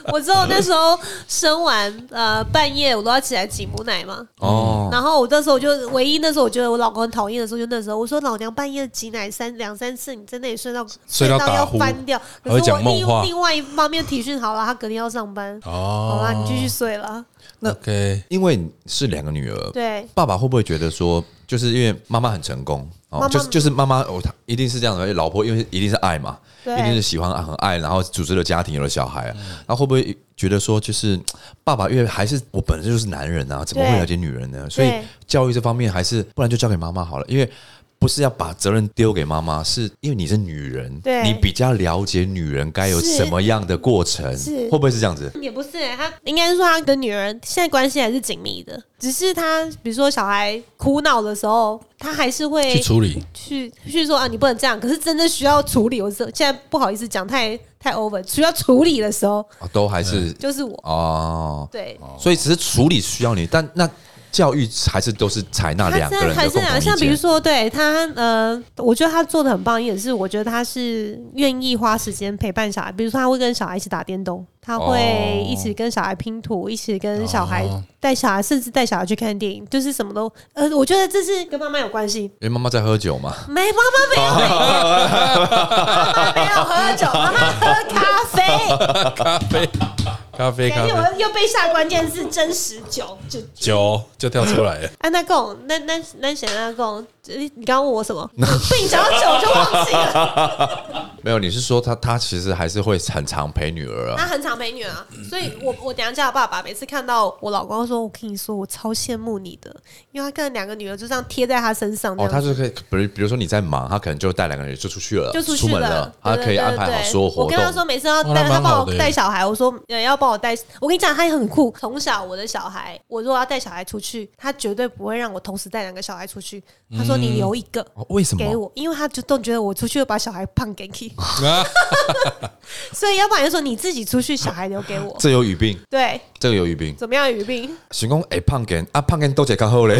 S2: 我知道那时候生完半夜我都要起来挤母奶嘛。然后我那时候唯一那时候我觉得我老公很讨厌的时候，就那时候我说老娘半夜挤奶2、3次，你在那里睡到要翻掉。可是我另外一方面体训好了，他隔天要上班。好啦，你继续睡了。
S3: 那因为是2个女儿，
S2: 对，
S3: 爸爸会不会觉得说，就是因为妈妈很成功，就是妈妈她一定是这样的，老婆因为一定是爱嘛，一定是喜欢很爱，然后组织了家庭，有了小孩，然后会不会觉得说，就是爸爸因为还是我本身就是男人啊，怎么会了解女人呢？所以教育这方面还是不然就交给妈妈好了，因为。不是要把责任丢给妈妈，是因为你是女人，你比较了解女人该有什么样的过程，会不会是这样子？
S2: 也不是，他应该是说他跟女人现在关系还是紧密的，只是他比如说小孩哭闹的时候，他还是会
S4: 去处理，
S2: 去说啊，你不能这样。可是真的需要处理，我现在不好意思讲太 over， 需要处理的时候，
S3: 都还是
S2: 就是我对，
S3: 所以只是处理需要你，但那。教育还是都是采纳2个人的共同意见，
S2: 像比如说，对他，我觉得他做的很棒，也是我觉得他是愿意花时间陪伴小孩。比如说，他会跟小孩一起打电动，他会一起跟小孩拼图，一起跟小孩带小孩，甚至带小孩去看电影，就是什么都。我觉得这是跟妈妈有关系，
S3: 因为妈妈在喝酒嘛。
S2: 妈妈没有喝酒，妈妈喝咖啡。
S4: 咖啡，
S2: 又被下关键字真实酒
S4: 就跳出来了。
S2: 那讲那想要讲，你刚刚问我什么？被你讲到酒就忘记了。
S3: 没有，你是说他其实还是会很常陪女儿啊？
S2: 他很常陪女儿啊，所以我等一下叫爸爸，每次看到我老公说，我跟你说，我超羡慕你的，因为他看2个女儿就这样贴在他身上。
S3: 他就可以，比如说你在忙，他可能就带2个女儿就出去了，出门了，他可以安排好所有活动。
S2: 我跟他说，每次要带他帮我带小孩，我说要帮我带。我跟你讲，他也很酷。从小我的小孩，我如果要带小孩出去，他绝对不会让我同时带2个小孩出去。他说你留一个，
S3: 为什么
S2: 给我？因为他就都觉得我出去会把小孩胖给你，所以要不然就说你自己出去，小孩留给我。
S3: 这有语病，
S2: 对，
S3: 这个有语病。
S2: 怎么样语病？
S3: 想讲胖给胖给都解较好嘞。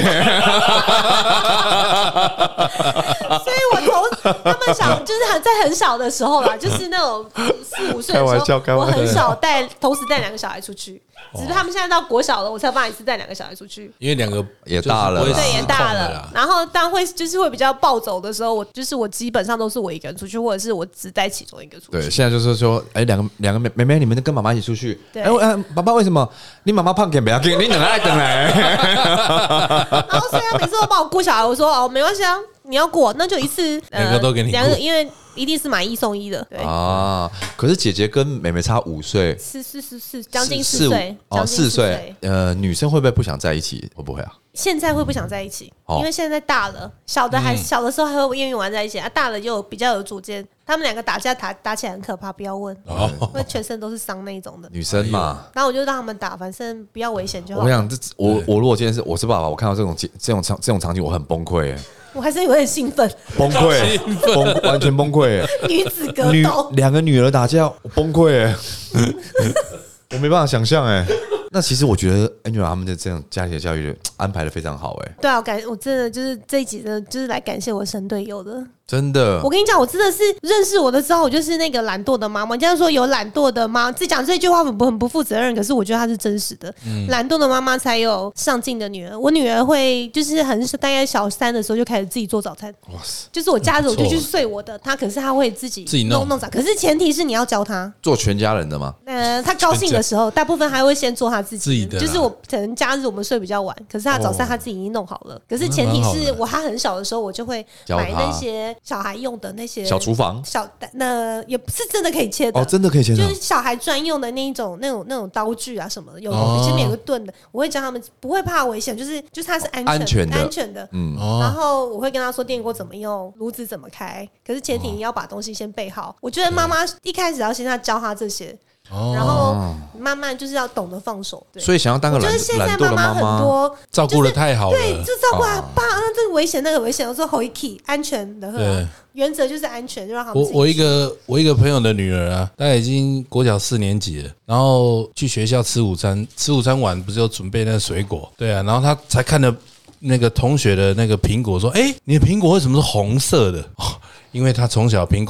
S2: 所以他们小就是在很小的时候啦，就是那种4、5岁的时候，我很少同时带2个小孩出去，只是他们现在到国小了，我才帮一次带2个小孩出去，
S4: 因为2个
S3: 也大了，
S2: 对，也大了。然后当会比较暴走的时候，我基本上都是我一个人出去，或者是我只带其中一个出去。
S3: 对，现在就是说，两个妹妹，你们跟妈妈一起出去。爸爸为什么你妈妈胖给不要给你2个爱等来？
S2: 然后所以他每次都帮我顾小孩，我说没关系啊。你要过那就一次
S4: 2个都给你过，
S2: 因为一定是买1送1的。对
S3: 啊，可是姐姐跟妹妹差5岁，
S2: 是将近4岁
S3: ，4岁。女生会不会不想在一起？会不会啊？
S2: 现在会不想在一起，因为现在大了，小的时候还会愿意玩在一起啊，大了就比较有主见。他们2个打架打起来很可怕，不要问，因为全身都是伤那一种的。
S3: 女生嘛，
S2: 然后我就让他们打，反正不要危险就好。
S3: 我想，我如果今天我是爸爸，我看到这种场景，我很崩溃。
S2: 我还是有点兴奋，
S3: 崩溃，完全崩溃。
S2: 女子格斗
S3: ，2个女儿打架，我崩溃。我没办法想象那其实我觉得 Angela 他们的这样家庭的教育安排的非常好
S2: 对啊，我真的就是这一集真的就是来感谢我神队友的。
S3: 真的，
S2: 我跟你讲，我真的是认识我的时候，我就是那个懒惰的妈妈。人家说有懒惰的妈，自己讲这句话很不负责任，可是我觉得她是真实的。懒惰的妈妈才有上进的女儿。我女儿会就是大概小3的时候就开始自己做早餐。哇塞！就是我假日我就去睡我的，她可是她会自己弄早，可是前提是你要教她
S3: 做全家人的吗？
S2: 她高兴的时候，大部分还会先做她自己的。就是我可能假日我们睡比较晚，可是她早上她自己已经弄好了。可是前提是她很小的时候，我就会买那些小孩用的那些
S3: 小厨房，
S2: 那也不是真的可以切的
S3: 真的可以切的，
S2: 就是小孩专用的那种刀具啊什么的，有些每个炖的，我会教他们不会怕危险，就是它是安全的，然后我会跟他说电锅怎么用，炉子怎么开，可是前提你要把东西先备好。我觉得妈妈一开始要先教他这些。然后慢慢就是要懂得放手，对。
S3: 所以想要当个懒惰的妈妈，
S2: 很多
S4: 照顾的太好了，
S2: 对，就照顾爸，这个危险那个危险，我说回 key 安全的，对，原则就是安全，就让他们。
S4: 我一个朋友的女儿啊，大概已经国小4年级了，然后去学校吃午餐晚不是有准备那个水果，对啊，然后她才看了那个同学的那个苹果，说：“你的苹果为什么是红色的？”因为她从小苹果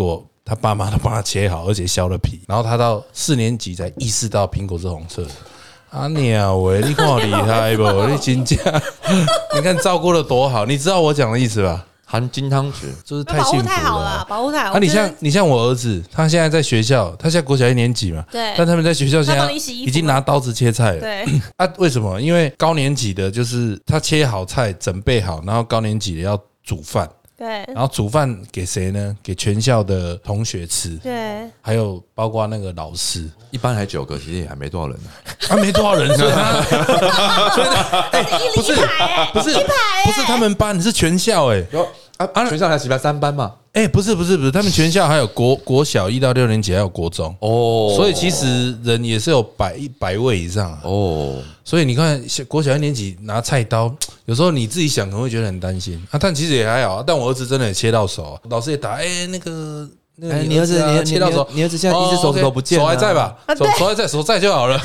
S4: 他爸妈都帮他切好，而且削了皮，然后他到4年级才意识到苹果是红色的。啊鸟喂，你看我厉害不？你真假？你看照顾的多好，你知道我讲的意思吧？
S3: 含金汤匙
S4: 就是太幸福
S2: 了，保护太好。
S4: 啊，你像我儿子，他现在在学校，他现在国小1年级嘛，
S2: 对，
S4: 但他们在学校现在已经拿刀子切菜了。
S2: 对
S4: 啊，为什么？因为高年级的就是他切好菜准备好，然后高年级的要煮饭。
S2: 对，
S4: 然后煮饭给谁呢？给全校的同学吃。
S2: 对，
S4: 还有包括那个老师，
S3: 一般才9个，其实也还没多少人呢。
S4: 没多少人，所以不是他们班，是全校
S3: 全校才3班嘛。
S4: 不是，他们全校还有国小1到6年级，还有国中哦，所以其实人也是有100位以上哦。所以你看，国小1年级拿菜刀，有时候你自己想可能会觉得很担心啊，但其实也还好。但我儿子真的也切到手，老师也打，那个
S3: 你儿子切到手，你儿子现在一只手指头不见了，
S4: 手还在吧？手在就好了。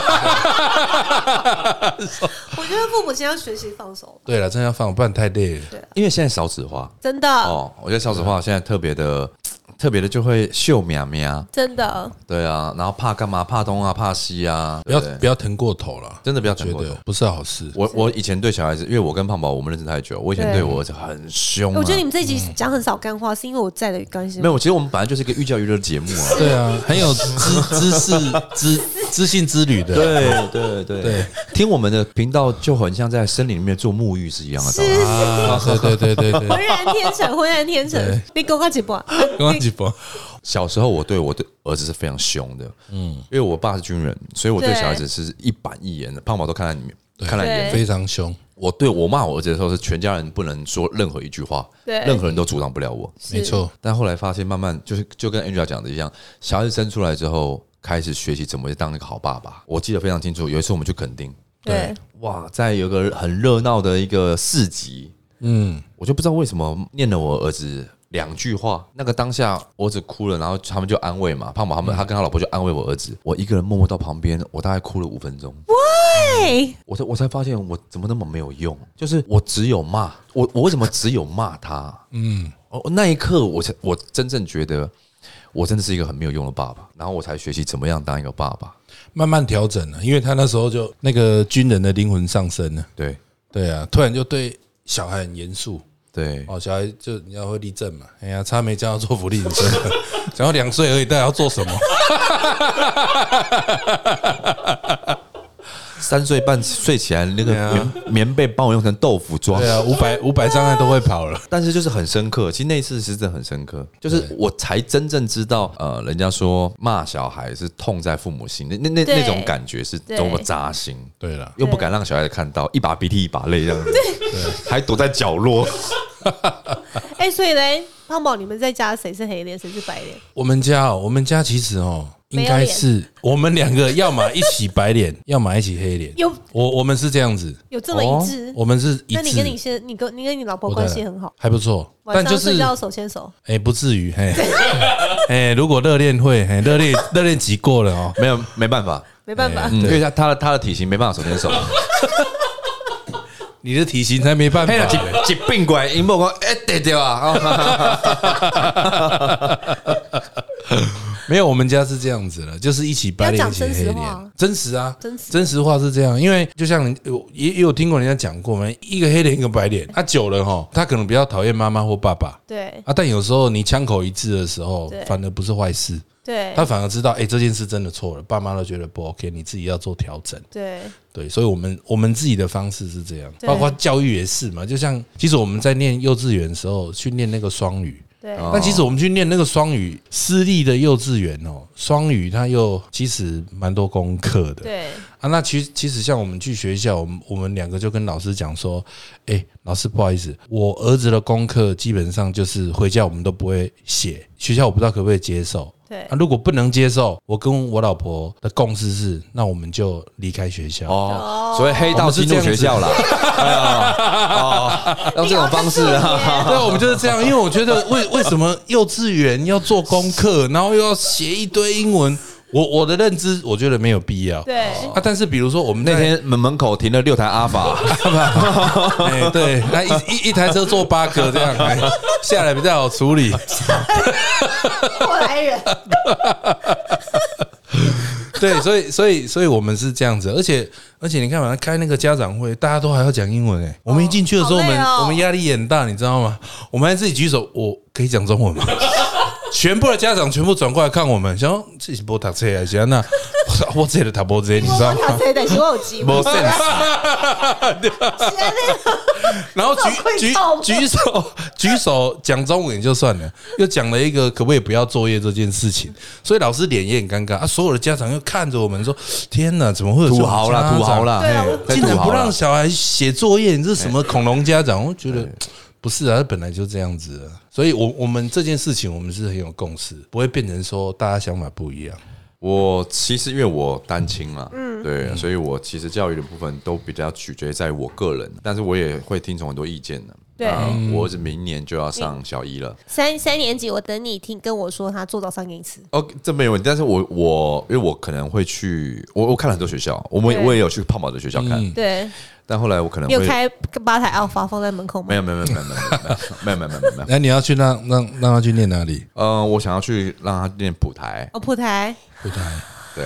S2: 我觉得父母亲要学习放手。
S4: 对了，真的要放，不然太累了。
S3: 因为现在少子化，
S2: 真的
S3: 哦，我觉得少子化现在特别的就会秀苗苗，
S2: 真的。
S3: 对啊，然后怕干嘛？怕东啊，怕西啊，
S4: 不要腾过头了，
S3: 真的不要腾过头，
S4: 不是好事。
S3: 我以前对小孩子，因为我跟胖宝我们认识太久，我以前对我儿子很凶。
S2: 我觉得你们这一集讲很少干话，是因为我在的关系。
S3: 没有，其实我们本来就是一个寓教于乐的节目啊。
S4: 对啊，很有知性之旅的。
S3: 对，听我们的频道就很像在森林里面做沐浴是一样的道理。
S4: 对，
S2: 浑然天成。你给我几波？
S3: 小时候我对儿子是非常凶的，因为我爸是军人，所以我对小孩子是一板一眼的。胖宝都看在眼里，
S4: 非常凶。
S3: 我骂我儿子的时候，是全家人不能说任何一句话，任何人都阻挡不了我。
S4: 没错。
S3: 但后来发现，慢慢就跟 Angela 讲的一样，小孩子生出来之后，开始学习怎么当一个好爸爸。我记得非常清楚，有一次我们去垦丁，
S2: 对，
S3: 哇，在有个很热闹的一个市集，我就不知道为什么念了我儿子2句话，那个当下我儿子哭了，然后他们就安慰嘛，胖宝他跟他老婆就安慰我儿子，我一个人默默到旁边，我大概哭了5分钟。
S2: Why？
S3: 我才发现我怎么那么没有用，就是我只有骂我为什么只有骂他？那一刻我真正觉得我真的是一个很没有用的爸爸，然后我才学习怎么样当一个爸爸，
S4: 慢慢调整了，因为他那时候就那个军人的灵魂上升了。对啊，突然就对小孩很严肃。
S3: 对，
S4: 小孩就你要会立正嘛，哎呀，差没教他做伏地挺身，只要2岁而已，但要做什么
S3: ？3岁半睡起来，那个棉被帮我用成豆腐装。
S4: 对啊，500障碍都会跑了。
S3: 但是就是很深刻，其实那一次是真的很深刻，就是我才真正知道，人家说骂小孩是痛在父母心，那种感觉是多么扎心。
S4: 对了，
S3: 又不敢让小孩子看到，一把鼻涕一把泪这样子，还躲在角落。
S2: 所以嘞，胖宝，你们在家谁是黑脸，谁是白脸？
S4: 我们家其实应该是我们2个，要么一起白脸，要么一起黑脸。我们是这样子，
S2: 有这么一致？
S4: 我们是一致。
S2: 那你跟你老婆关系很好，
S4: 还不错。
S2: 晚上睡觉手牵手？
S4: 不至于。如果热恋会，热恋期过了
S3: 没办法，因为他的体型没办法手牵手。
S4: 你的体型才没办法，
S3: 一并过来，因某讲对啊。
S4: 没有，我们家是这样子的，就是一起白脸一起黑脸。真实啊，真实话是这样，因为就像也有听过人家讲过嘛，一个黑脸一个白脸，他久了他可能比较讨厌妈妈或爸爸，
S2: 对
S4: 但有时候你枪口一致的时候，反而不是坏事。
S2: 对，
S4: 他反而知道，这件事真的错了，爸妈都觉得不 OK， 你自己要做调整。对，所以我们自己的方式是这样，包括教育也是嘛。就像其实我们在念幼稚园的时候去念那个双语，但其实我们去念那个双语私立的幼稚园双语它又其实蛮多功课的。那其实像我们去学校，我们2个就跟老师讲说，老师不好意思，我儿子的功课基本上就是回家我们都不会写，学校我不知道可不可以接受。如果不能接受，我跟我老婆的共识是，那我们就离开学校。
S3: 所以黑道进入学校啦。用这种方式啊。
S4: 对，我们就是这样，因为我觉得为什么幼稚园要做功课，然后又要写一堆英文？我的认知，我觉得没有必要。但是比如说我们
S3: 那天门口停了6台阿法，
S4: 对，那一台车坐8个这样，下来比较好处理。
S2: 我来人。
S4: 对，所以我们是这样子，而且你看嘛，开那个家长会，大家都还要讲英文哎。我们一进去的时候，我们压力也很大，你知道吗？我们还自己举手，我可以讲中文吗？全部的家长全部转过来看我们，想说这是没读册还是怎样？我这个读没这，你知道吗？
S2: 我读册，但是我有机会。
S4: 然后举手讲中文就算了，又讲了一个可不可以不要作业这件事情，所以老师脸也很尴尬啊。所有的家长又看着我们说：“天哪，怎么会有
S3: 土豪啦，
S4: 竟然不让小孩写作业？你这是什么恐龙家长？”我觉得。不是啊，本来就这样子了，所以我们这件事情我们是很有共识，不会变成说大家想法不一样。
S3: 我其实因为我单亲嘛，对，所以我其实教育的部分都比较取决在我个人，但是我也会听从很多意见的。
S2: 对，
S3: 我儿子明年就要上小一了
S2: ，3年级，我等你跟我说他做早上给你吃。
S3: 哦，这没有问题，但是我因为我可能会去，我看了很多学校，我也有去胖宝的学校看，
S2: 对。
S3: 但后来我可能会
S2: 有开8台Alpha放在门口吗？
S3: 没有。
S4: 那你要去让他去念哪里？
S3: 我想要去让他念普台。
S2: 哦，普台。
S3: 对。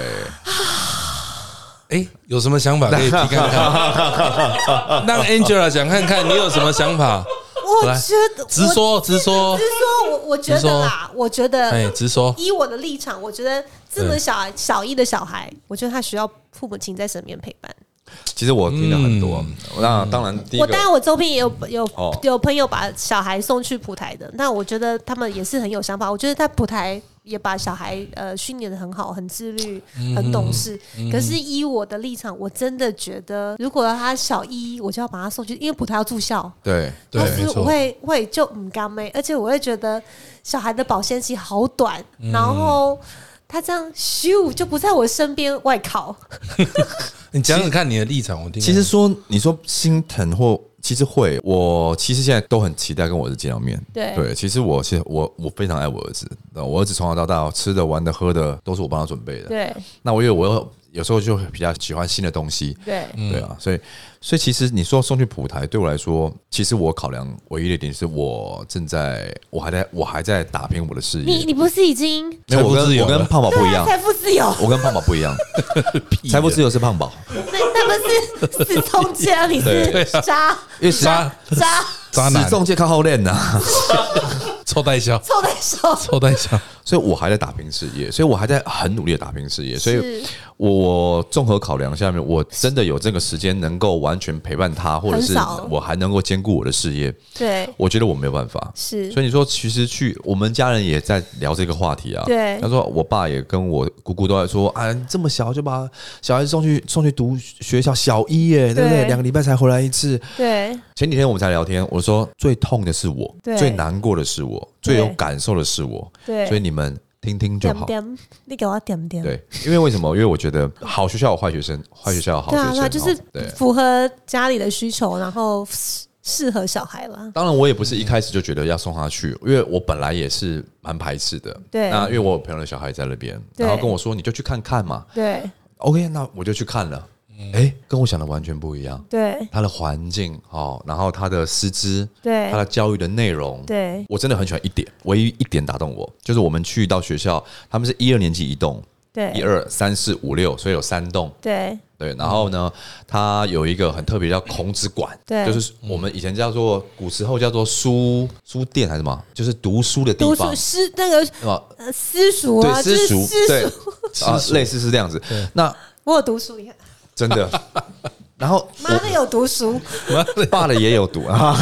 S4: 有什么想法可以提看看？让 Angela 讲看看，你有什么想法？
S2: 我觉得
S4: 直说，
S2: 我觉得啦，我觉得，
S4: 直说。
S2: 以我的立场，我觉得这么小一的小孩，我觉得他需要父母亲在身边陪伴。
S3: 其实我听了很多，那当然第一个，
S2: 当然我周边也有朋友把小孩送去普台的，那我觉得他们也是很有想法。我觉得在普台也把小孩训练得很好，很自律，很懂事。可是以我的立场，我真的觉得，如果他小一，我就要把他送去，因为普台要住校。
S3: 对，
S2: 但是我会就唔甘咩，而且我会觉得小孩的保鲜期好短，然后他这样咻就不在我身边外考。
S4: 你讲讲看你的立场，我听。
S3: 其实你说心疼或其实会，我其实现在都很期待跟我儿子见到面。对，其实我非常爱我儿子，我儿子从小到大吃的、玩的、喝的都是我帮他准备的。
S2: 对，
S3: 那因为我有时候就比较喜欢新的东西。对啊，所以其实你说送去普台，对我来说，其实我考量唯一的点是我还在打拼我的事业。
S2: 你不是已经
S3: 财富自由？我跟胖宝不一样，
S2: 财富自由。
S3: 我跟胖宝不一样，财富自由是胖宝。
S2: 那不是中介，你是渣
S4: 男，
S3: 死中介靠后练呐，
S4: 臭代销。所
S3: 以我还在打拼事业，所以我还在很努力的打拼事业，所以我综合考量下面，我真的有这个时间能够完全陪伴他，或者是我还能够兼顾我的事业。
S2: 对，
S3: 我觉得我没有办法。
S2: 是，
S3: 所以你说，其实我们家人也在聊这个话题啊。
S2: 对，
S3: 他说我爸也跟我姑姑都在说，啊，这么小就把小孩子送去读学校小一耶，对不对？2个礼拜才回来一次。
S2: 对，
S3: 前几天我们才聊天，我说最痛的是我，最难过的是我，最有感受的是我。对，所以你们听听就好。
S2: 你给我点。
S3: 对，因为为什么？因为我觉得好学校有坏学生，坏学校有好学生。
S2: 对啊，就是符合家里的需求，然后适合小孩了。
S3: 当然，我也不是一开始就觉得要送他去，因为我本来也是蛮排斥的。对，那因为我有朋友的小孩在那边，然后跟我说你就去看看嘛。对 ，OK， 那我就去看了。跟我想的完全不一样。对，他的环境然后他的师资，对，他的教育的内容，对，我真的很喜欢一点，唯一一点打动我，就是我们去到学校，他们是1、2年级一栋，对，1、2、3、4、5、6，所以有3栋，对。然后呢，它有一个很特别叫孔子馆，对，就是我们以前叫做古时候叫做书店还是什么，就是读书的地方，读书那个私塾啊，对，私塾，对，类似是这样子。那我有读书，你看。真的，然后妈的有读书，爸的也有读啊，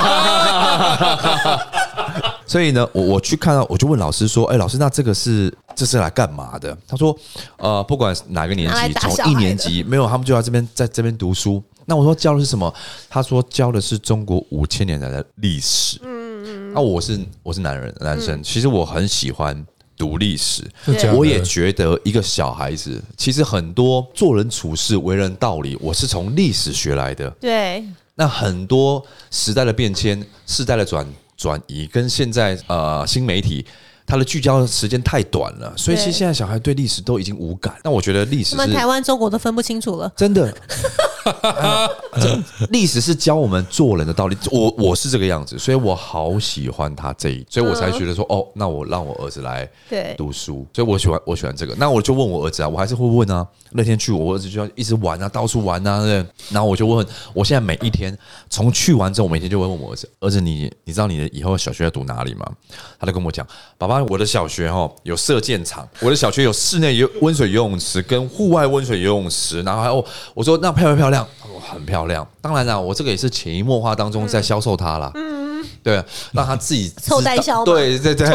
S3: 所以呢，我去看到，我就问老师说：“老师，那这是来干嘛的？”他说：“不管哪个年级，从1年级没有，他们就在这边读书。”那我说教的是什么？他说教的是中国5000年来的历史。那我是男生，其实我很喜欢读历史，我也觉得一个小孩子其实很多做人处事、为人道理，我是从历史学来的。对，那很多时代的变迁、世代的转移，跟现在新媒体。它的聚焦的时间太短了，所以其实现在小孩对历史都已经无感。那我觉得历史是，我们台湾、中国都分不清楚了，真的。 历史是教我们做人的道理。我是这个样子，所以我好喜欢他所以我才觉得说，那我让我儿子来读书，所以我喜欢这个。那我就问我儿子啊，我还是会问啊。那天去，我儿子就要一直玩啊，到处玩啊，对。然后我就问，我现在每一天从去完之后，我每天就会问我儿子，你知道你的以后小学要读哪里吗？他就跟我讲，爸爸，我的小学有射箭场，我的小学有室内温水游泳池跟户外温水游泳池，然后还有我说那漂不漂亮？很漂亮。当然啦，我这个也是潜移默化当中在销售它啦。对，让他自己
S2: 凑代销，
S3: 对，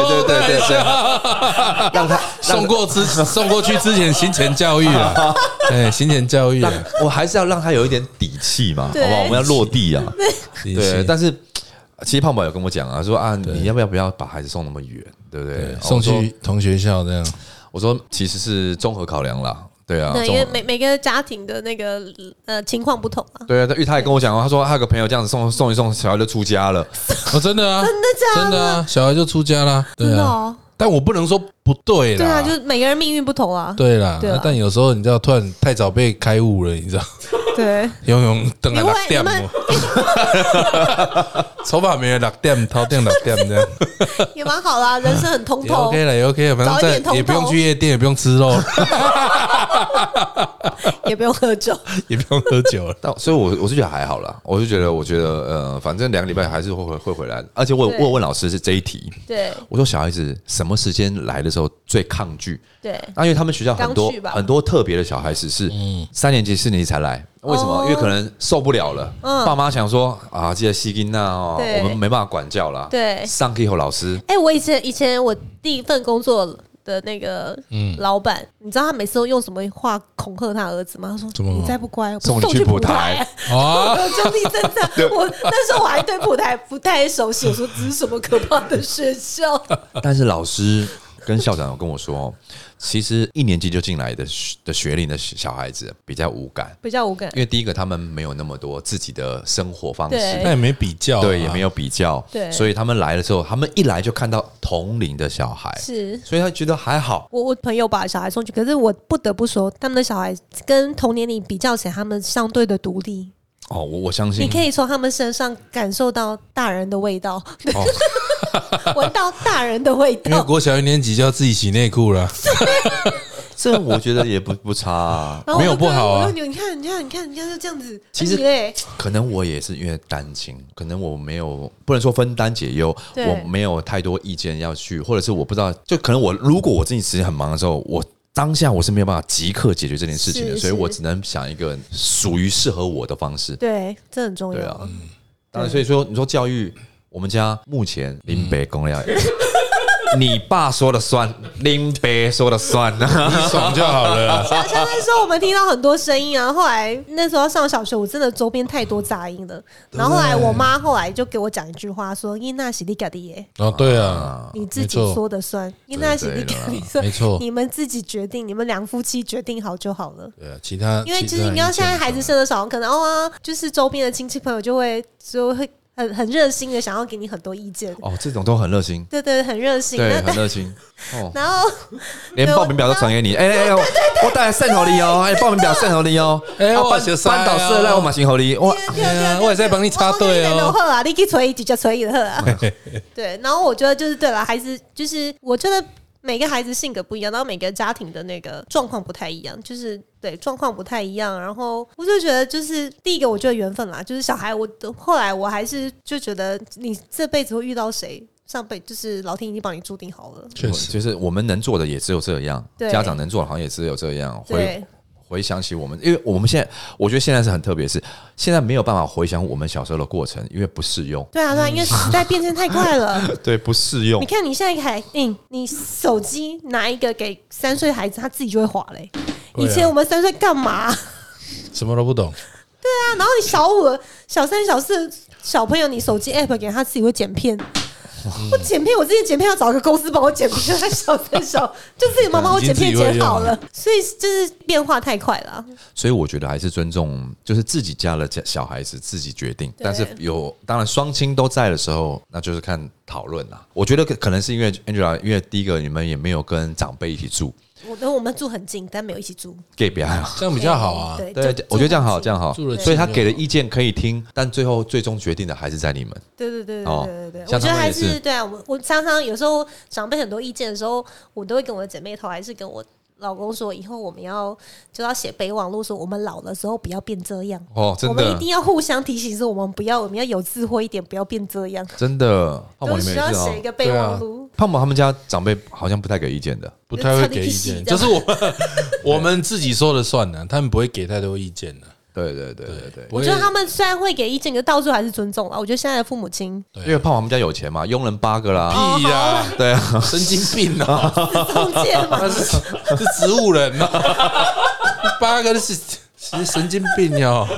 S3: 让他
S4: 送过去之前行前教育啊，行前教育，
S3: 我还是要让他有一点底气嘛，好不好？我们要落地啊，对。但是其实胖宝有跟我讲啊，说啊，你要不要把孩子送那么远，对不对？
S4: 送去同学校这样。
S3: 我说其实是综合考量啦。对啊，
S2: 因为每个家庭的那个情况不同啊。
S3: 对啊，因为他也跟我讲，他说他有个朋友这样子送一送，小孩就出家了。
S4: 真的啊，真的啊，小孩就出家了。对啊，但我不能说不对啦。
S2: 对啊，就是每个人命运不同啊。
S4: 对啦，但有时候你知道，突然太早被开悟了，你知道。
S2: 对，
S4: 用等来6点，头发没有6点，头顶6点这样，
S2: 也蛮好啦，人生很通透。
S4: OK 了，也 OK 了，反正也不用去夜店，也不用吃肉，
S2: 也不用喝酒，
S4: 也不用喝酒了。
S3: 所以我是觉得还好啦，我觉得反正2个礼拜还是会回来。而且我问老师是这一题，
S2: 对，
S3: 我说小孩子什么时间来的时候最抗拒？
S2: 对，
S3: 因为他们学校很多特别的小孩子是3年级4年级才来。为什么？因为可能受不了了，爸妈想说啊，这个西金呐，我们没办法管教啦。
S2: 对，
S3: 上课以后老师，
S2: 我以前我第一份工作的那个老板，你知道他每次都用什么话恐吓他儿子吗？他说：“你再不乖，
S3: 送你去普台。”
S2: 就地震战。我那时候我还对普台不太熟悉，我说这是什么可怕的学校？
S3: 但是老师跟校长有跟我说，其实1年级就进来的学龄的小孩子比较无感，因为第一个他们没有那么多自己的生活方式，
S4: 那也没比较，
S3: 对，也没有比较，
S2: 对，
S3: 所以他们来的时候，他们一来就看到同龄的小孩，
S2: 是，
S3: 所以他觉得还好。
S2: 我朋友把小孩送去，可是我不得不说，他们的小孩跟同年龄比较起来，他们相对的独立。
S3: 我相信
S2: 你可以从他们身上感受到大人的味道，闻到大人的味道。
S4: 因为国小1年级就要自己洗内裤了，
S3: 这我觉得也不差啊，
S4: 没有不好啊。
S2: 你看是这样子。
S3: 其实可能我也是因为单亲，可能我没有不能说分担解忧，我没有太多意见要去，或者是我不知道，就可能如果我自己时间很忙的时候，我当下我是没有办法即刻解决这件事情的，所以我只能想一个属于适合我的方式。
S2: 对，这很重要。
S3: 对啊，当然，所以说你说教育，我们家目前林北公料，你爸说了算，林北说了算，
S4: 你爽就好了。
S2: 像那时候我们听到很多声音啊，后来那时候要上小学，我真的周边太多杂音了。然后后来我妈后来就给我讲一句话，说：“伊娜是你家的耶。”
S4: 对啊，
S2: 你自己说的算，伊娜是你家的算，
S4: 没错，
S2: 你们自己决定，你们2夫妻决定好就好了。
S4: 对啊，其他
S2: 因为其实你要现在孩子生的少，可能就是周边的亲戚朋友就会很热心的想要给你很多意见
S3: 这种都很热心，
S2: 对，很热心，
S3: 对，很热心
S2: 然后
S3: 连报名表都传给你，我带来送给你哦，报名表送给你哦，班导师来我马行给你，
S4: 我也在帮你插队哦。
S2: 好啊，你去催直接催的啊。对，然后我觉得就是对了，孩子就是我觉得。每个孩子性格不一样，然后每个家庭的那个状况不太一样，就是对状况不太一样。然后我就觉得，就是第一个，我觉得缘分啦，就是小孩。后来我还是就觉得，你这辈子会遇到谁，上辈就是老天已经帮你注定好了。
S3: 确实，就是我们能做的也只有这样，家长能做的好像也只有这样。回想起我们，因为我们现在，我觉得现在是很特别，是现在没有办法回想我们小时候的过程，因为不适用。
S2: 对啊，因为时代变迁太快了。
S3: 对，不适用。
S2: 你看你现在你手机拿一个给3岁孩子，他自己就会滑嘞。以前我们3岁干嘛？
S4: 什么都不懂。
S2: 对啊，然后你小5、小3、小4小朋友，你手机 app 给他自己会剪片。我剪片，我之前剪片要找个公司帮我剪片，小就自己妈妈我剪片剪好了，所以就是变化太快了。
S3: 所以我觉得还是尊重，就是自己家的小孩子自己决定。但是当然双亲都在的时候，那就是看讨论啦。我觉得可能是因为 Angela， 因为第一个你们也没有跟长辈一起住。
S2: 我们住很近，但没有一起住，
S3: 给别人
S4: 这样比较好啊。
S3: 对，我觉得这样好，这样好。所以他给的意见可以听，但最终决定的还是在你们。
S2: 对，我觉得还是对啊。我常常有时候长辈很多意见的时候，我都会跟我的姐妹头，还是跟我老公说，以后我们要写备忘录，说我们老的时候不要变这样。
S3: 真的，
S2: 我们一定要互相提醒，说我们要有智慧一点，不要变这样。
S3: 真的，
S2: 都需要写一个备忘录。
S3: 胖宝他们家长辈好像不太给意见的，
S4: 不太会给意见，就是我们自己说了算的，他们不会给太多意见的。
S3: 对，
S2: 我觉得他们虽然会给意见，可到最后还是尊重了。我觉得现在的父母亲，
S3: 因为胖宝他们家有钱嘛，佣人8个啦，
S4: 屁呀，
S3: 对啊，
S4: 神经病啊，
S2: 中介嘛，
S4: 是植物人啊，8个是神经病哟。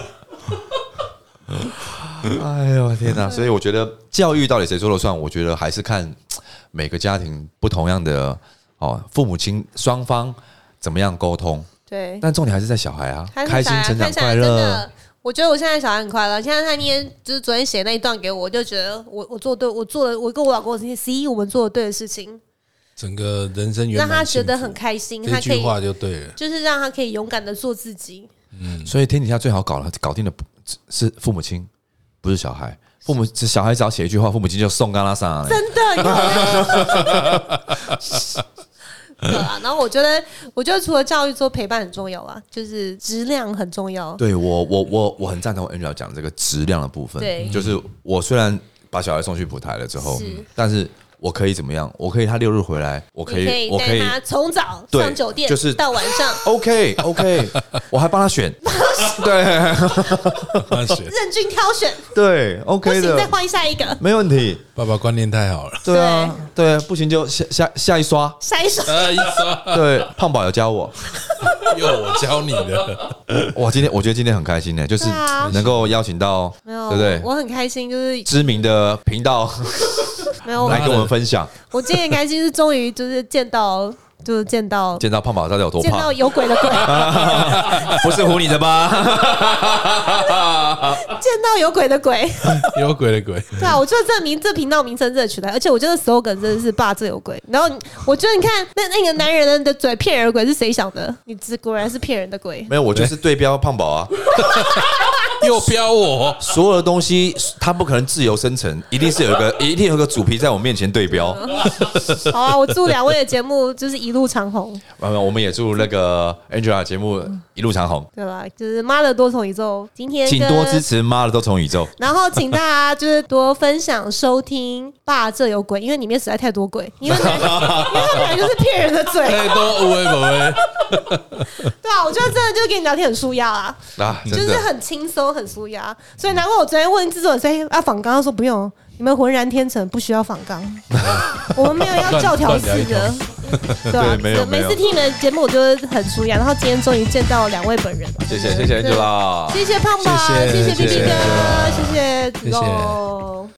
S3: 哎呦天哪！所以我觉得教育到底谁说了算？我觉得还是看每个家庭不同样的父母亲双方怎么样沟通。
S2: 对，
S3: 但重点还是在小孩啊，开心、成长、快乐。
S2: 我觉得我现在小孩很快乐。现在他就是昨天写那一段给我，我就觉得我做对，我跟我老公我们做的对的事情，
S4: 整个人生圆满，
S2: 让他觉得很开心。
S4: 这句话就对了，
S2: 就是让他可以勇敢的做自己。
S3: 所以天底下最好搞定的是父母亲，不是小孩。小孩只要写一句话，父母亲就送干拉上来。
S2: 真的。对啊，然后我觉得除了教育之后，陪伴很重要啊，就是质量很重要。
S3: 对，我很赞同 Angela 讲这个质量的部分。对，就是我虽然把小孩送去普台了之后，但是我可以怎么样？我可以他6日回来，我可以
S2: 带他从早上酒店，就是到晚上。
S3: OK， 我还帮他选，对，
S2: 任君挑选，
S3: 对 ，OK 的，
S2: 不行再换下一个，
S3: 没问题。
S4: 爸爸观念太好了，
S3: 对啊，对，不行就下一刷，对，胖宝有教我，
S4: 又我教你的。
S3: 哇，我觉得今天很开心呢，就是能够邀请到，对不对？
S2: 我很开心，就是
S3: 知名的频道。没有来跟我们分享。
S2: 我今天很开心，是终于就是见到
S3: 胖宝到底有多胖？
S2: 见到有鬼的鬼，
S3: 不是唬你的吧？
S2: 见到有鬼的鬼，
S4: 有鬼的鬼。
S2: 对啊，我觉得这频道名称真的取得，而且我觉得 slogan 真的是爸这有鬼。然后我觉得你看那个男人的嘴骗人的鬼是谁想的？你果然是骗人的鬼。
S3: 没有，我就是对标胖宝啊。
S4: 又标我，
S3: 所有的东西它不可能自由生成，一定有一个主题在我面前对标。
S2: 好啊，我祝2位的节目就是一路长红。
S3: 我们也祝那个 Angela 节目一路长红，
S2: 对吧？就是妈的多重宇宙，今天
S3: 请多支持妈的多重宇宙，
S2: 然后请大家就是多分享收听。爸这有鬼，因为里面实在太多鬼，因为他本来就是骗人的嘴，
S4: 太多无为不为。
S2: 对啊，我觉得真的就是跟你聊天很舒压啊，就是很轻松很舒压，所以难怪我昨天问制作人说要访纲，他说不用，你们浑然天成，不需要访纲，我们没有要教条式的，对啊，每次听你们节目我就很舒压，然后今天终于见到2位本人，
S3: 谢谢 Angela，
S2: 谢谢胖宝，谢谢 BB 哥，谢谢子龙。